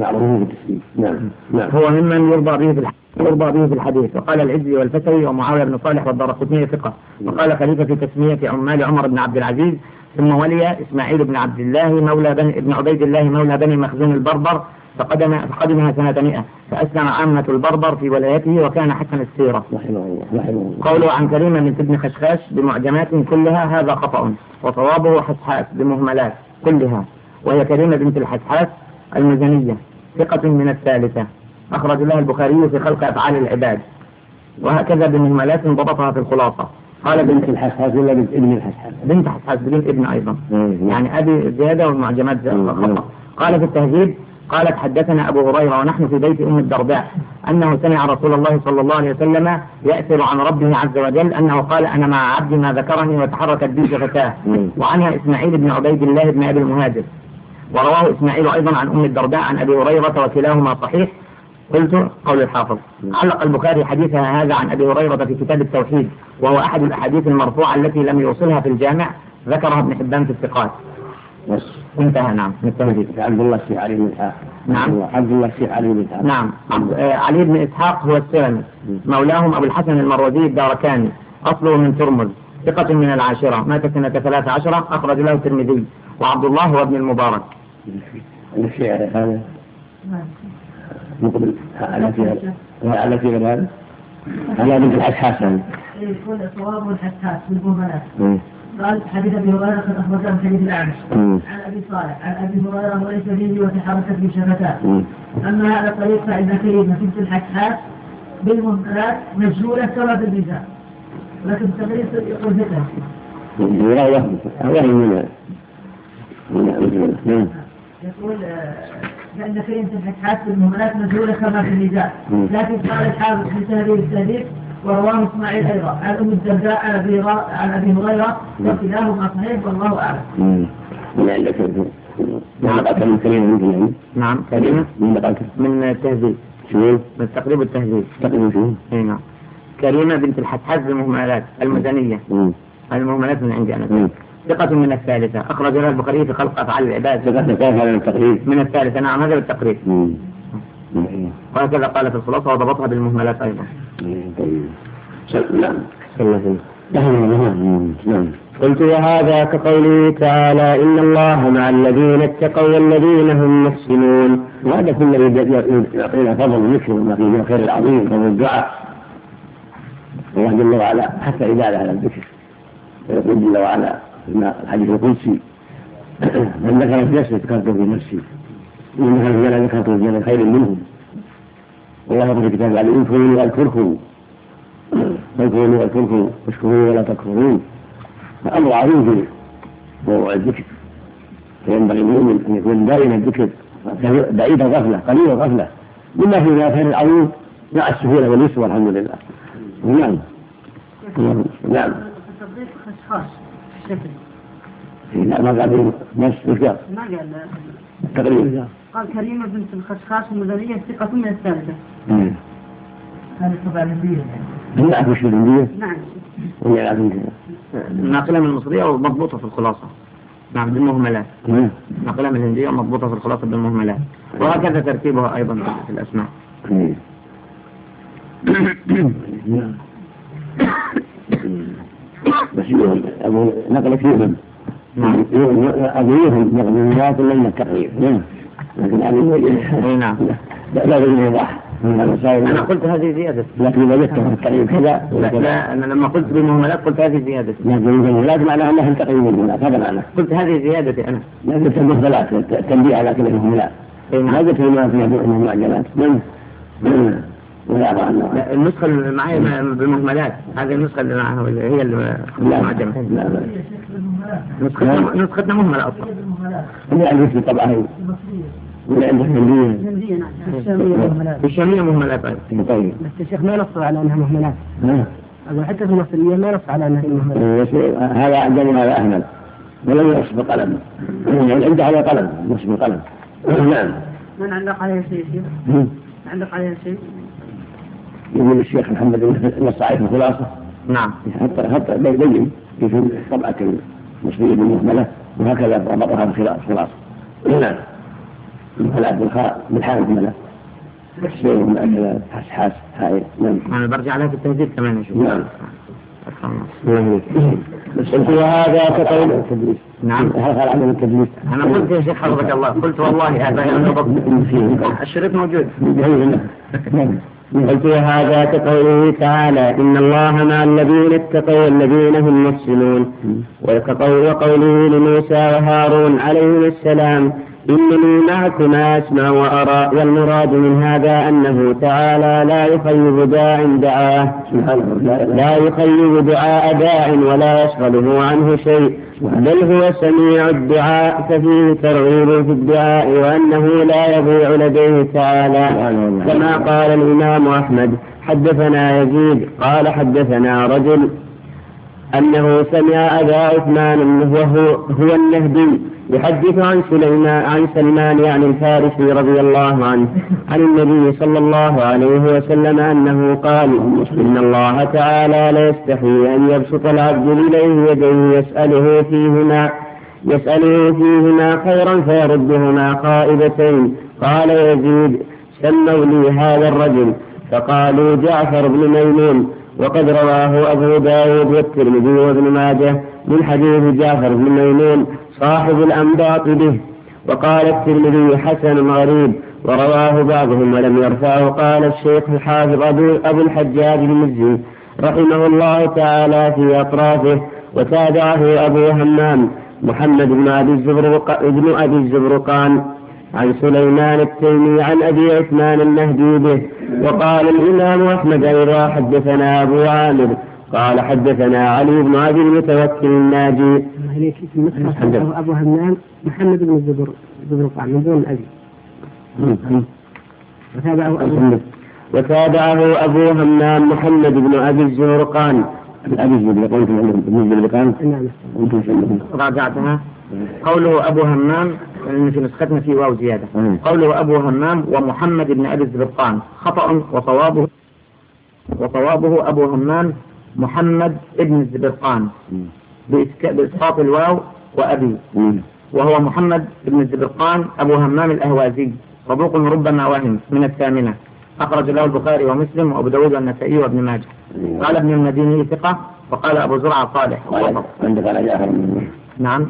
هو ممن يرضى به في الحديث. وقال العزي والفتوي ومعاوية بن صالح والدارقطني ثقة. وقال خليفة في تسمية عمال عمر بن عبد العزيز ثم ولي إسماعيل بن عبد الله مولى ابن عبيد الله مولى بني مخزوم البربر فقدمها سنة 100 فأسلم عامة البربر في ولايته وكان حسن السيرة. قوله عن كريمة بنت ابن خشخاش بمعجمات كلها هذا خطأ وصوابه حسحاس بمهملات كلها وهي كريمة بنت الحسحاس المزنية ثقة من الثالثة أخرج لها البخاري في خلق أفعال العباد وهكذا بمهملات ضبطها في الخلاصة. قال بنت الحسحاس ولا بنت ابن الحسحاس؟ بنت حسحاس بنت ابن أيضا يعني أبي زيادة والمعجمات خطأ. قال في التهذيب قالت حدثنا أبو هريرة ونحن في بيت أم الدرداء أنه سمع رسول الله صلى الله عليه وسلم يأثر عن ربه عز وجل أنه قال أنا مع عبدي ما ذكرني وتحركت بي شفتاه. وعنها إسماعيل بن عبيد الله بن أبي المهاجر. ورواه إسماعيل أيضا عن أم الدرداء عن أبي هريرة وكلاهما صحيح. قلت قول الحافظ. علق البخاري حديثها هذا عن أبي هريرة في كتاب التوحيد وهو أحد الأحاديث المرفوعة التي لم يوصلها في الجامع ذكرها ابن حبان في الثقات. انتهى. نعم. عبد الله الشيخ علي بن إسحاق. نعم. عبد الله الشيخ علي بن إسحاق. نعم. علي بن إسحاق هو السلمي مولاهم أبو الحسن المروزي الداركاني أصله من ترمز ثقة من العاشرة مات سنة 13 أخرج له الترمذي. وعبد الله هو ابن المبارك. الشيعر هذا مقبل على في هذا بنت الحسحاس. يكون صواب الحساس بالمهملات. قال حديث ابي هريره قد اخرجه من حديث الاعمش عن ابي صالح عن ابي هريره وليس به وتحركت به شفتاه. اما هذا الطريق فان كريمه بنت الحكحات بالمنكرات مجهوله كما في النساء، ولكن التغريب يقول ذكر. يقول بأن كريمة الحكحات بالمهملات مجهولة كما في النساء، لكن قال الحافظ في تهذيب التهذيب ورواه اسماعيل ايضا عن ام الدرداء عن ابي هريره وكلاهما صحيح والله اعلم. نعم كريمة من التهذيب من تقريب التهذيب نعم. كريمة بنت الحكحات بالمهملات المدنية المهملات من عندي أنا ثقة من الثالثة أخرج لها البخاري في خلق أفعال العباد. من الثالثة نعم هذا بالتقريب. وهكذا قال في الخلاصة وضبطها بالمهملات أيضا. قلت وهذا كقوله تعالى إن الله مع الذين اتقوا والذين هم محسنون. وهذا كله يعطينا فضل وذكر وما فيه الخير العظيم فضل الدعاء. الله جل وعلا حتى عبادة على الذكر ويقول جل وعلا في الحديث القدسي من ذكر في نفسه ذكرته في نفسي ومن ذكر الجنة ذكرته في جنة خير منهم. والله يقول في كتابه عليه اذكروني واذكركم واشكروني ولا تكفرون. فأمر عظيم في موضوع الذكر، فينبغي المؤمن أن يكون دائما الذكر بعيد الغفلة قليل الغفلة مما فيه من الخير العظيم مع السهولة واليسر والحمد لله. نعم نعم. التصديق خشخاش في الشكل. لا ما قال نفس الذكر. ما قال تقريبا. قال كريمة بنت الخشخاش المدنية ثقة من الثالثة. هذه الطبعة الهندية. لا مش الهندية. نعم. ناقلة من المصرية ومضبوطة في الخلاصة. نعم بالمهملات. ناقلة من الهندية ومضبوطة في الخلاصة بالمهملات. وهكذا ترتيبها أيضا في الأسماء. بس أبو نقل فيهم أبوهم نقل لم التقريب لكن أبوهم نعم لا يوضح. أنا قلت هذه زيادة لكن وجدتها التقريب كذا. لا أنا لما قلت بالمهملات قلت هذه زيادة. لكن المهملات معناها أنها التقريب بالمهملات هذا معناه. قلت هذه زيادة أنا. لكن المهملات التنبيه على كل المهملات. ما قلت ما فيها المعجلات النسخة اللي معي بالمهملات هذه النسخة اللي معها هي المعجمة. نسختنا مهملة أصلا. هي الاسم طبعا ولا الهندية نعم. الشامية مهملات طيب. بس الشيخ ما نص على أنها مهملات. حتى في المصرية ما نص على أنها مهملات. هذا عندنا هذا أهمل ولم ينص بقلم. عنده على قلم نص بقلم. نعم. من علق عليه شيء؟ علق عليه شيء؟ يقول الشيخ محمد نص عليه الخلاصة. نعم. حتى بين في طبعة المصرية بالمهملة وهكذا ربطها بالخلاصة. نعم. المهملات بالحال المهملة. الشيء من حاس هاي. نعم. أنا برجع لها في التهذيب كمان نشوف. نعم. قلت وهذا كقول التدريس. نعم. هذا عمل التدريس. أنا قلت يا شيخ حفظك الله قلت والله هذا الشريط موجود. قلت وهذا كقوله تعالى إن الله مع الذين اتقوا والذين هم محسنون. وقوله لموسى وهارون عليهما السلام إنني معكما أسمع وأرى. والمراد من هذا أنه تعالى لا يخيب دعاء داع ولا يشغله عنه شيء بل هو سميع الدعاء ففيه ترغيب في الدعاء وأنه لا يضيع لديه تعالى كما قال الإمام أحمد حدثنا يزيد قال حدثنا رجل أنه سمع أبا عثمان هو النهدي يحدث عن سلمان يعني الفارسي رضي الله عنه عن النبي صلى الله عليه وسلم أنه قال إن الله تعالى لا يستحي أن يبسط العبد إليه يديه يسأله فيهما خيرا فيردهما خائبتين. قال يزيد سموا لي هذا الرجل فقالوا جعفر بن ميمون. وقد رواه أبو داود والترمذي وابن ماجه من حديث جعفر بن ميمون صاحب الأنباط به. وقال الترمذي حسن غريب ورواه بعضهم ولم يرفعه. قال الشيخ الحافظ أبو الحجاج المزي رحمه الله تعالى في أطرافه وتابعه أبو همام محمد بن أبي الزبرقان عن سليمان التيمي عن أبي عثمان النهدي به. وقال الإمام أحمد أيضا حدثنا أبو عامر قال حدثنا علي بن أبي المتوكل الناجي. أبو همام محمد بن الزبرقان من دون أبي. وتابعه أبو همام محمد بن أبي الزبرقان. راجعتها. قوله أبو همام في نسختنا في واو زيادة. قوله أبو همام ومحمد بن أبي الزبرقان خطأ، وصوابه أبو همام محمد بن الزبرقان بإسقاط الواو وأبي، وهو محمد بن الزبرقان أبو همام الأهوازي صدوق ربما وهم من الثامنة، أخرج له البخاري ومسلم وأبو داود والنسائي وابن ماجه. قال ابن المديني ثقة، وقال أبو زرعة صالح. نعم.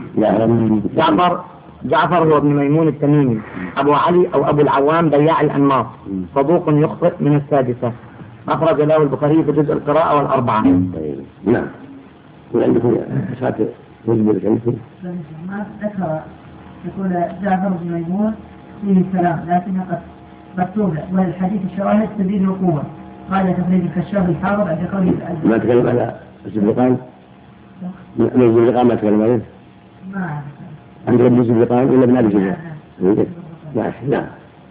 جعفر هو ابن ميمون التميمي أبو علي أو أبو العوام بياع الأنماط صدوق يخطئ من السادسة، أخرج له البخاري في جزء القراءة والأربعة. نعم. وعندكم إسقاط مجبر عندكم؟ ما ذكر يقول جعفر بن ميمون فيه كلام لكنه قد توضع، والحديث الشواهد تزيد القوة. قال تخريج الكشاف الحافظ عند قوله ما تكلم على الزبرقان؟ من الزبرقان ما تكلم عليه؟ ما عند ابن الزبرقان ولا ابن أبي الزبرقان؟ نعم.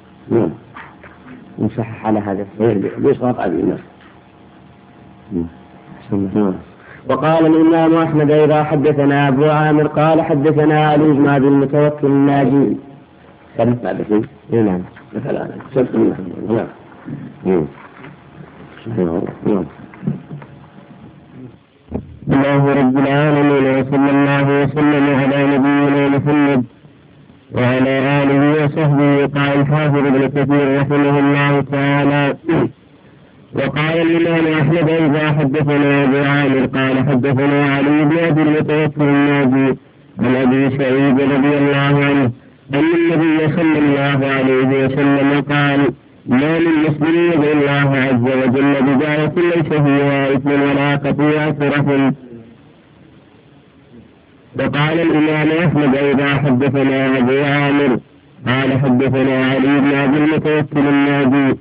نصحح على هذا بإسقاط أبي الناس. وقال الإمام أحمد إذا حدثنا أبو عامر قال حدثنا علي بن أبي المتوكل الناجي. بعد شيء؟ نعم. مثلا الله رب العالمين، وصلى الله وسلم على نبينا محمد وعلى آله وصحبه. قال الحافظ ابن كثير رحمه الله تعالى: وقال الإمام أحمد إذا حدثنا أبو عامر قال حدثنا علي بن أبي المتوكل الناجي عن أبي سعيد رضي الله عنه أن النبي صلى الله عليه وسلم قال: ما من مسلم يدعو الله عز وجل بدعوة ليس فيها إثم ولا قطيعة رحم. وقال الإمام أحمد إذا حدثنا أبو عامر قال حدثنا علي بن أبي المتوكل الناجي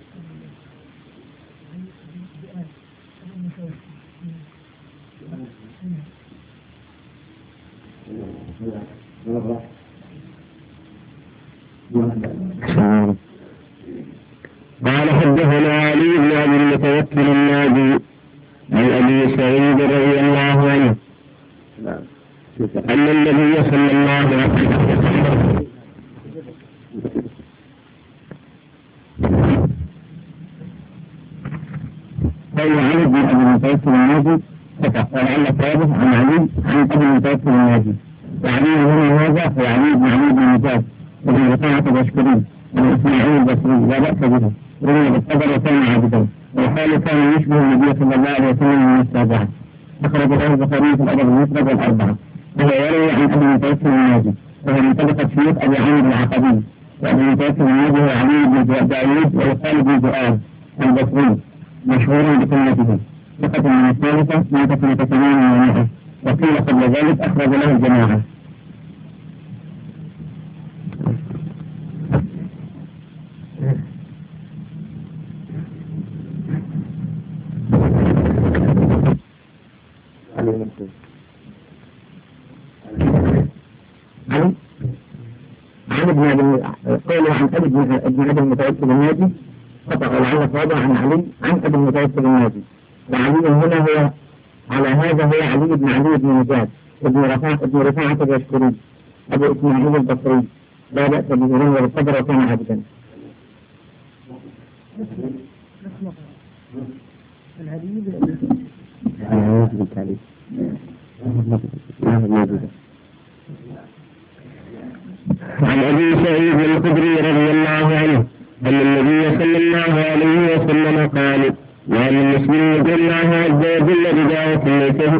قال حدثنا علي بن أبي المتوكل الناجي عن أبي سعيد رضي الله عنه أن النبي صلى الله عليه وسلم قال علي بن أبي المتوكل الناجي ولعل الثابت عن علي عن أبي المتوكل الناجي، وعلي هنا هذا هو علي بن المجاز وابن رفاعة الأشكري وإسماعيل البصري لا بأس به، روي بالقدر وكان عابدا، وقال كان يشبه النبي صلى الله عليه وسلم من السابعة. أخرج له البخاري في الأدب المفرد والأربعة. وهو يروي عن أبي المتوكل الناجي وهو من طبقة شيوخ أبي عامر العقدي، وأبي المتوكل الناجي هو علي بن داوود ويقال بن زؤاد البصري مشهور بكنيته، ثقة من الثالثة مات سنة 800، وقيل قبل ذلك أخرج له الجماعة. قوله عن ابن المتوكل الناجي خطأ، ولعل صوابه عن علي عن ابي المتوكل الناجي، وعلي هنا هو على هذا هو علي بن بن مجاز ابن رفاعة الأشكري أبو إسماعيل البصري لا بأس به، روى بالقدر وكان عابدا. عن أبي سعيد الخدري رضي الله عنه أن النبي صلى الله عليه وسلم قال: ما من مسلم يدعو الله عز وجل بدعوة ليس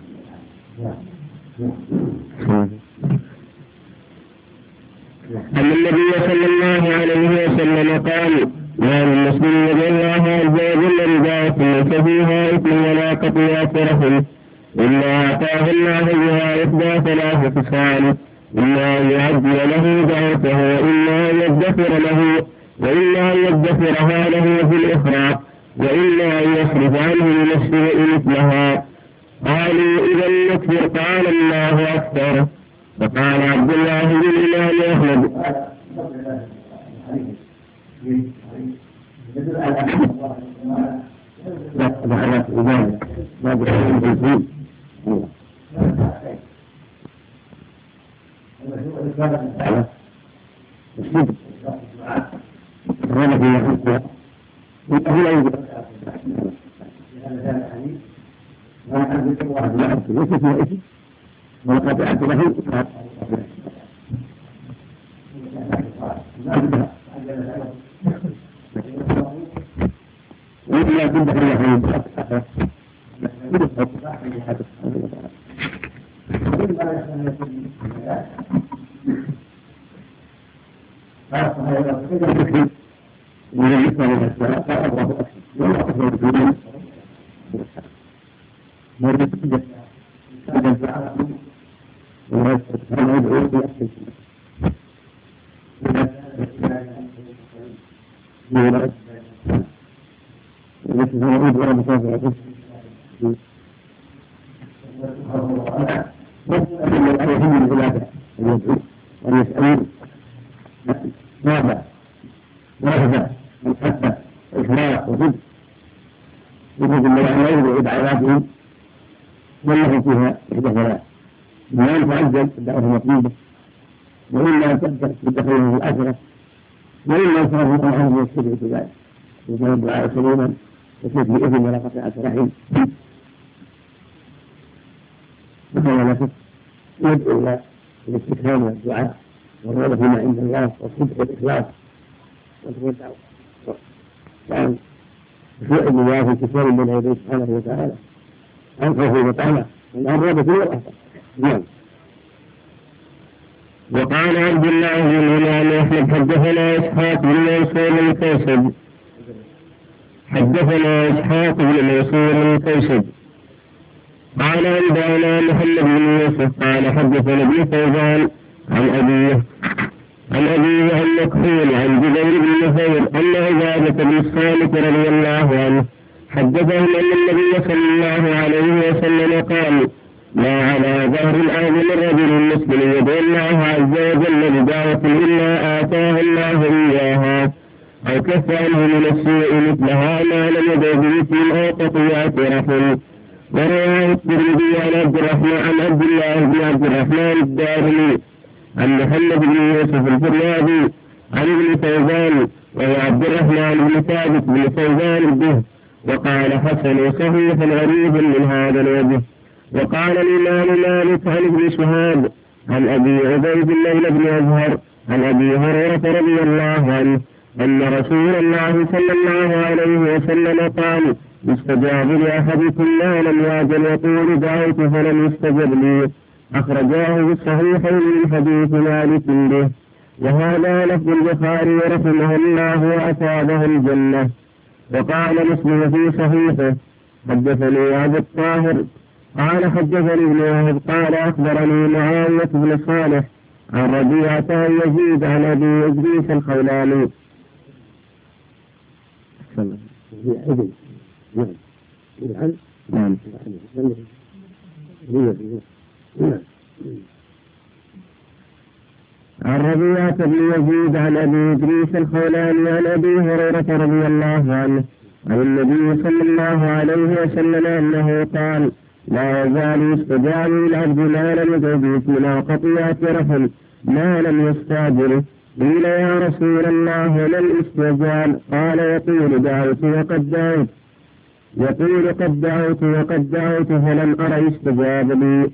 أن النبي صلى الله عليه وسلم قال: ما من مسلم يدعو الله عز وجل رداءة ليس فيها إثم ولا قطيعة رحم إلا أعطاه الله بها إحدى ثلاث خصال: إما أن يعجل له دعوته، وإما أن يدخر له، وإما أن يدخرها له في الأخرى، وإما أن يصرف عنه من السوء مثلها. قالوا: إذا نكفر. قال: الله أكبر. فقال عبد الله بن الإمام أحمد: يدعو الله بالاستكرام والدعاء والرغبة فيما عند الله والصدق والإخلاص والدعوة كان بفعل الله في كتاب من يديه سبحانه وتعالى عن خوفه وطعمه والرغبة والرهبة. نعم. وقال عبد الله بن الإمام أحمد: حدثنا إسحاق بن منصور الكوسج قال: أنبأنا محمد بن يوسف قال: حدثنا ابن فوزان عن أبيه عن مكحول عن جبير بن نفير أن عبادة بن الصامت رضي الله عنه حدثهم أن النبي صلى الله عليه وسلم قال: ما على ظهر الأرض من رجل مسلم يدعو الله عز وجل بدعوة إلا آتاه الله إياها أو كف عنه من السوء مثلها ما لم يدع بإثم أو قطيعة رحم. ورواه الترمذي عن عبد الله بن عبد الرحمن الدارمي عن محمد بن يوسف الفريابي عن ابن فوزان وهو عبد الرحمن بن ثابت بن فوزان به، وقال: حسن صحيح غريب من هذا الوجه. وقال الإمام مالك عن ابن شهاب عن أبي عبيد الله بن أزهر عن أبي هريرة رضي الله عنه أن رسول الله صلى الله عليه وسلم قال: يستجاب لأحدكم ما لم يعجل يقول دعوت فلم يستجب لي. أخرجاه بالصحيحين من حديث مالك به. وهذا لفظ البخاري رحمه الله وأصابه الجنة. وقال مسلم في صحيحه: حدثني أبو الطاهر قال: حدثني ابن وهب قال: أخبرني معاوية بن صالح عن ربيعة عن يزيد عن أبي إدريس الخولاني. عن ربيعة بن يزيد عن أبي إدريس الخولاني عن أبي هريرة رضي الله عنه عن النبي صلى الله عليه وسلم أنه قال: لا يزال يستجاب للعبد ما لم يدع بإثم أو قطيعة رحم ما لم يستعجله. قيل: يا رسول الله وما الاستعجال؟ قال: يقول دعوت وقد دعوت فلم أر يستجاب لي،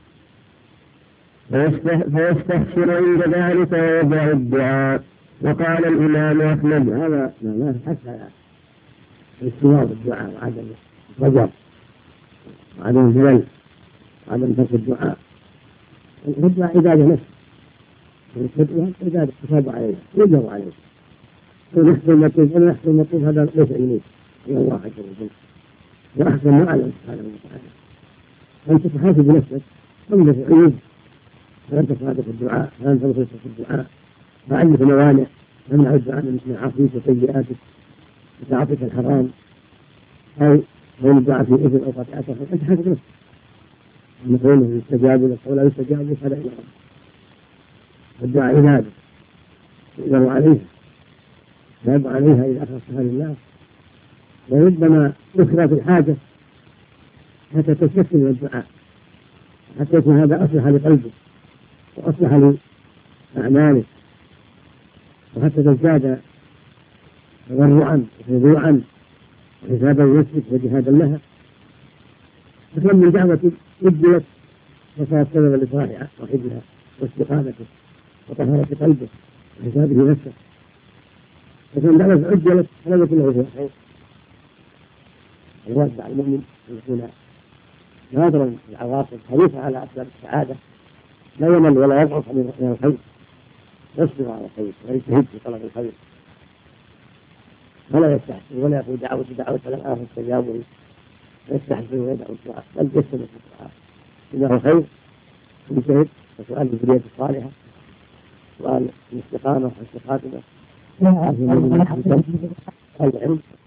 فيستحسر عند ذلك ويدع الدعاء. وقال الإمام أحمد: هذا لا حث على استجابة الدعاء وعدم الرجاء وعدم الجلل وعدم ترك الدعاء. الدعاء عبادة نفس وإذا تتابع عليها يجر عليه ونحسن المطلوب أنا أحسن المطلوب هذا ليس إليه إلى الله عز وجل وأحسن ما أعلم سبحانه وتعالى أنت تحاسب نفسك تنظر في عيوب فلم تفعل في الدعاء فلم تنظر في الدعاء ما عندك موانع تمنع الدعاء من معاصيك وسيئاتك وتعاطيك الحرام أو كون الدعاء في إثم أو قطيعة فأنت حاسب نفسك أما كونه يستجاب لك أو لا يستجاب لك فلا إله الدعاء عبادة يقدر عليها يجب عليها إذا أخلصتها لله وربما يكره في الحاجة حتى تستسلم من الدعاء حتى يكون هذا أصلح لقلبه وأصلح لأعماله وحتى تزداد تضرعا وخضوعا وحسابا لنفسك وجهادا لها فكم من دعوة أجلت وصارت سببا لصلاح صاحبها واستقامته وطهارة قلبه وحسابه نفسه فكم دعوة أجلت فلا يكون له فيها خير الواجب على المؤمن أن يكون ناظرا في العواقب حريصا على أسباب السعادة لا يمل ولا يضعف من الخير يصبر على الخير ويجتهد في طلب الخير ولا يستحسن ولا يقول دعوة فلم استجاب لي يستحسن ويدعو الدعاء بل يستمر في الدعاء إنه خير يجتهد وسؤال الذرية الصالحة سؤال الاستقامة والخاتمة العلم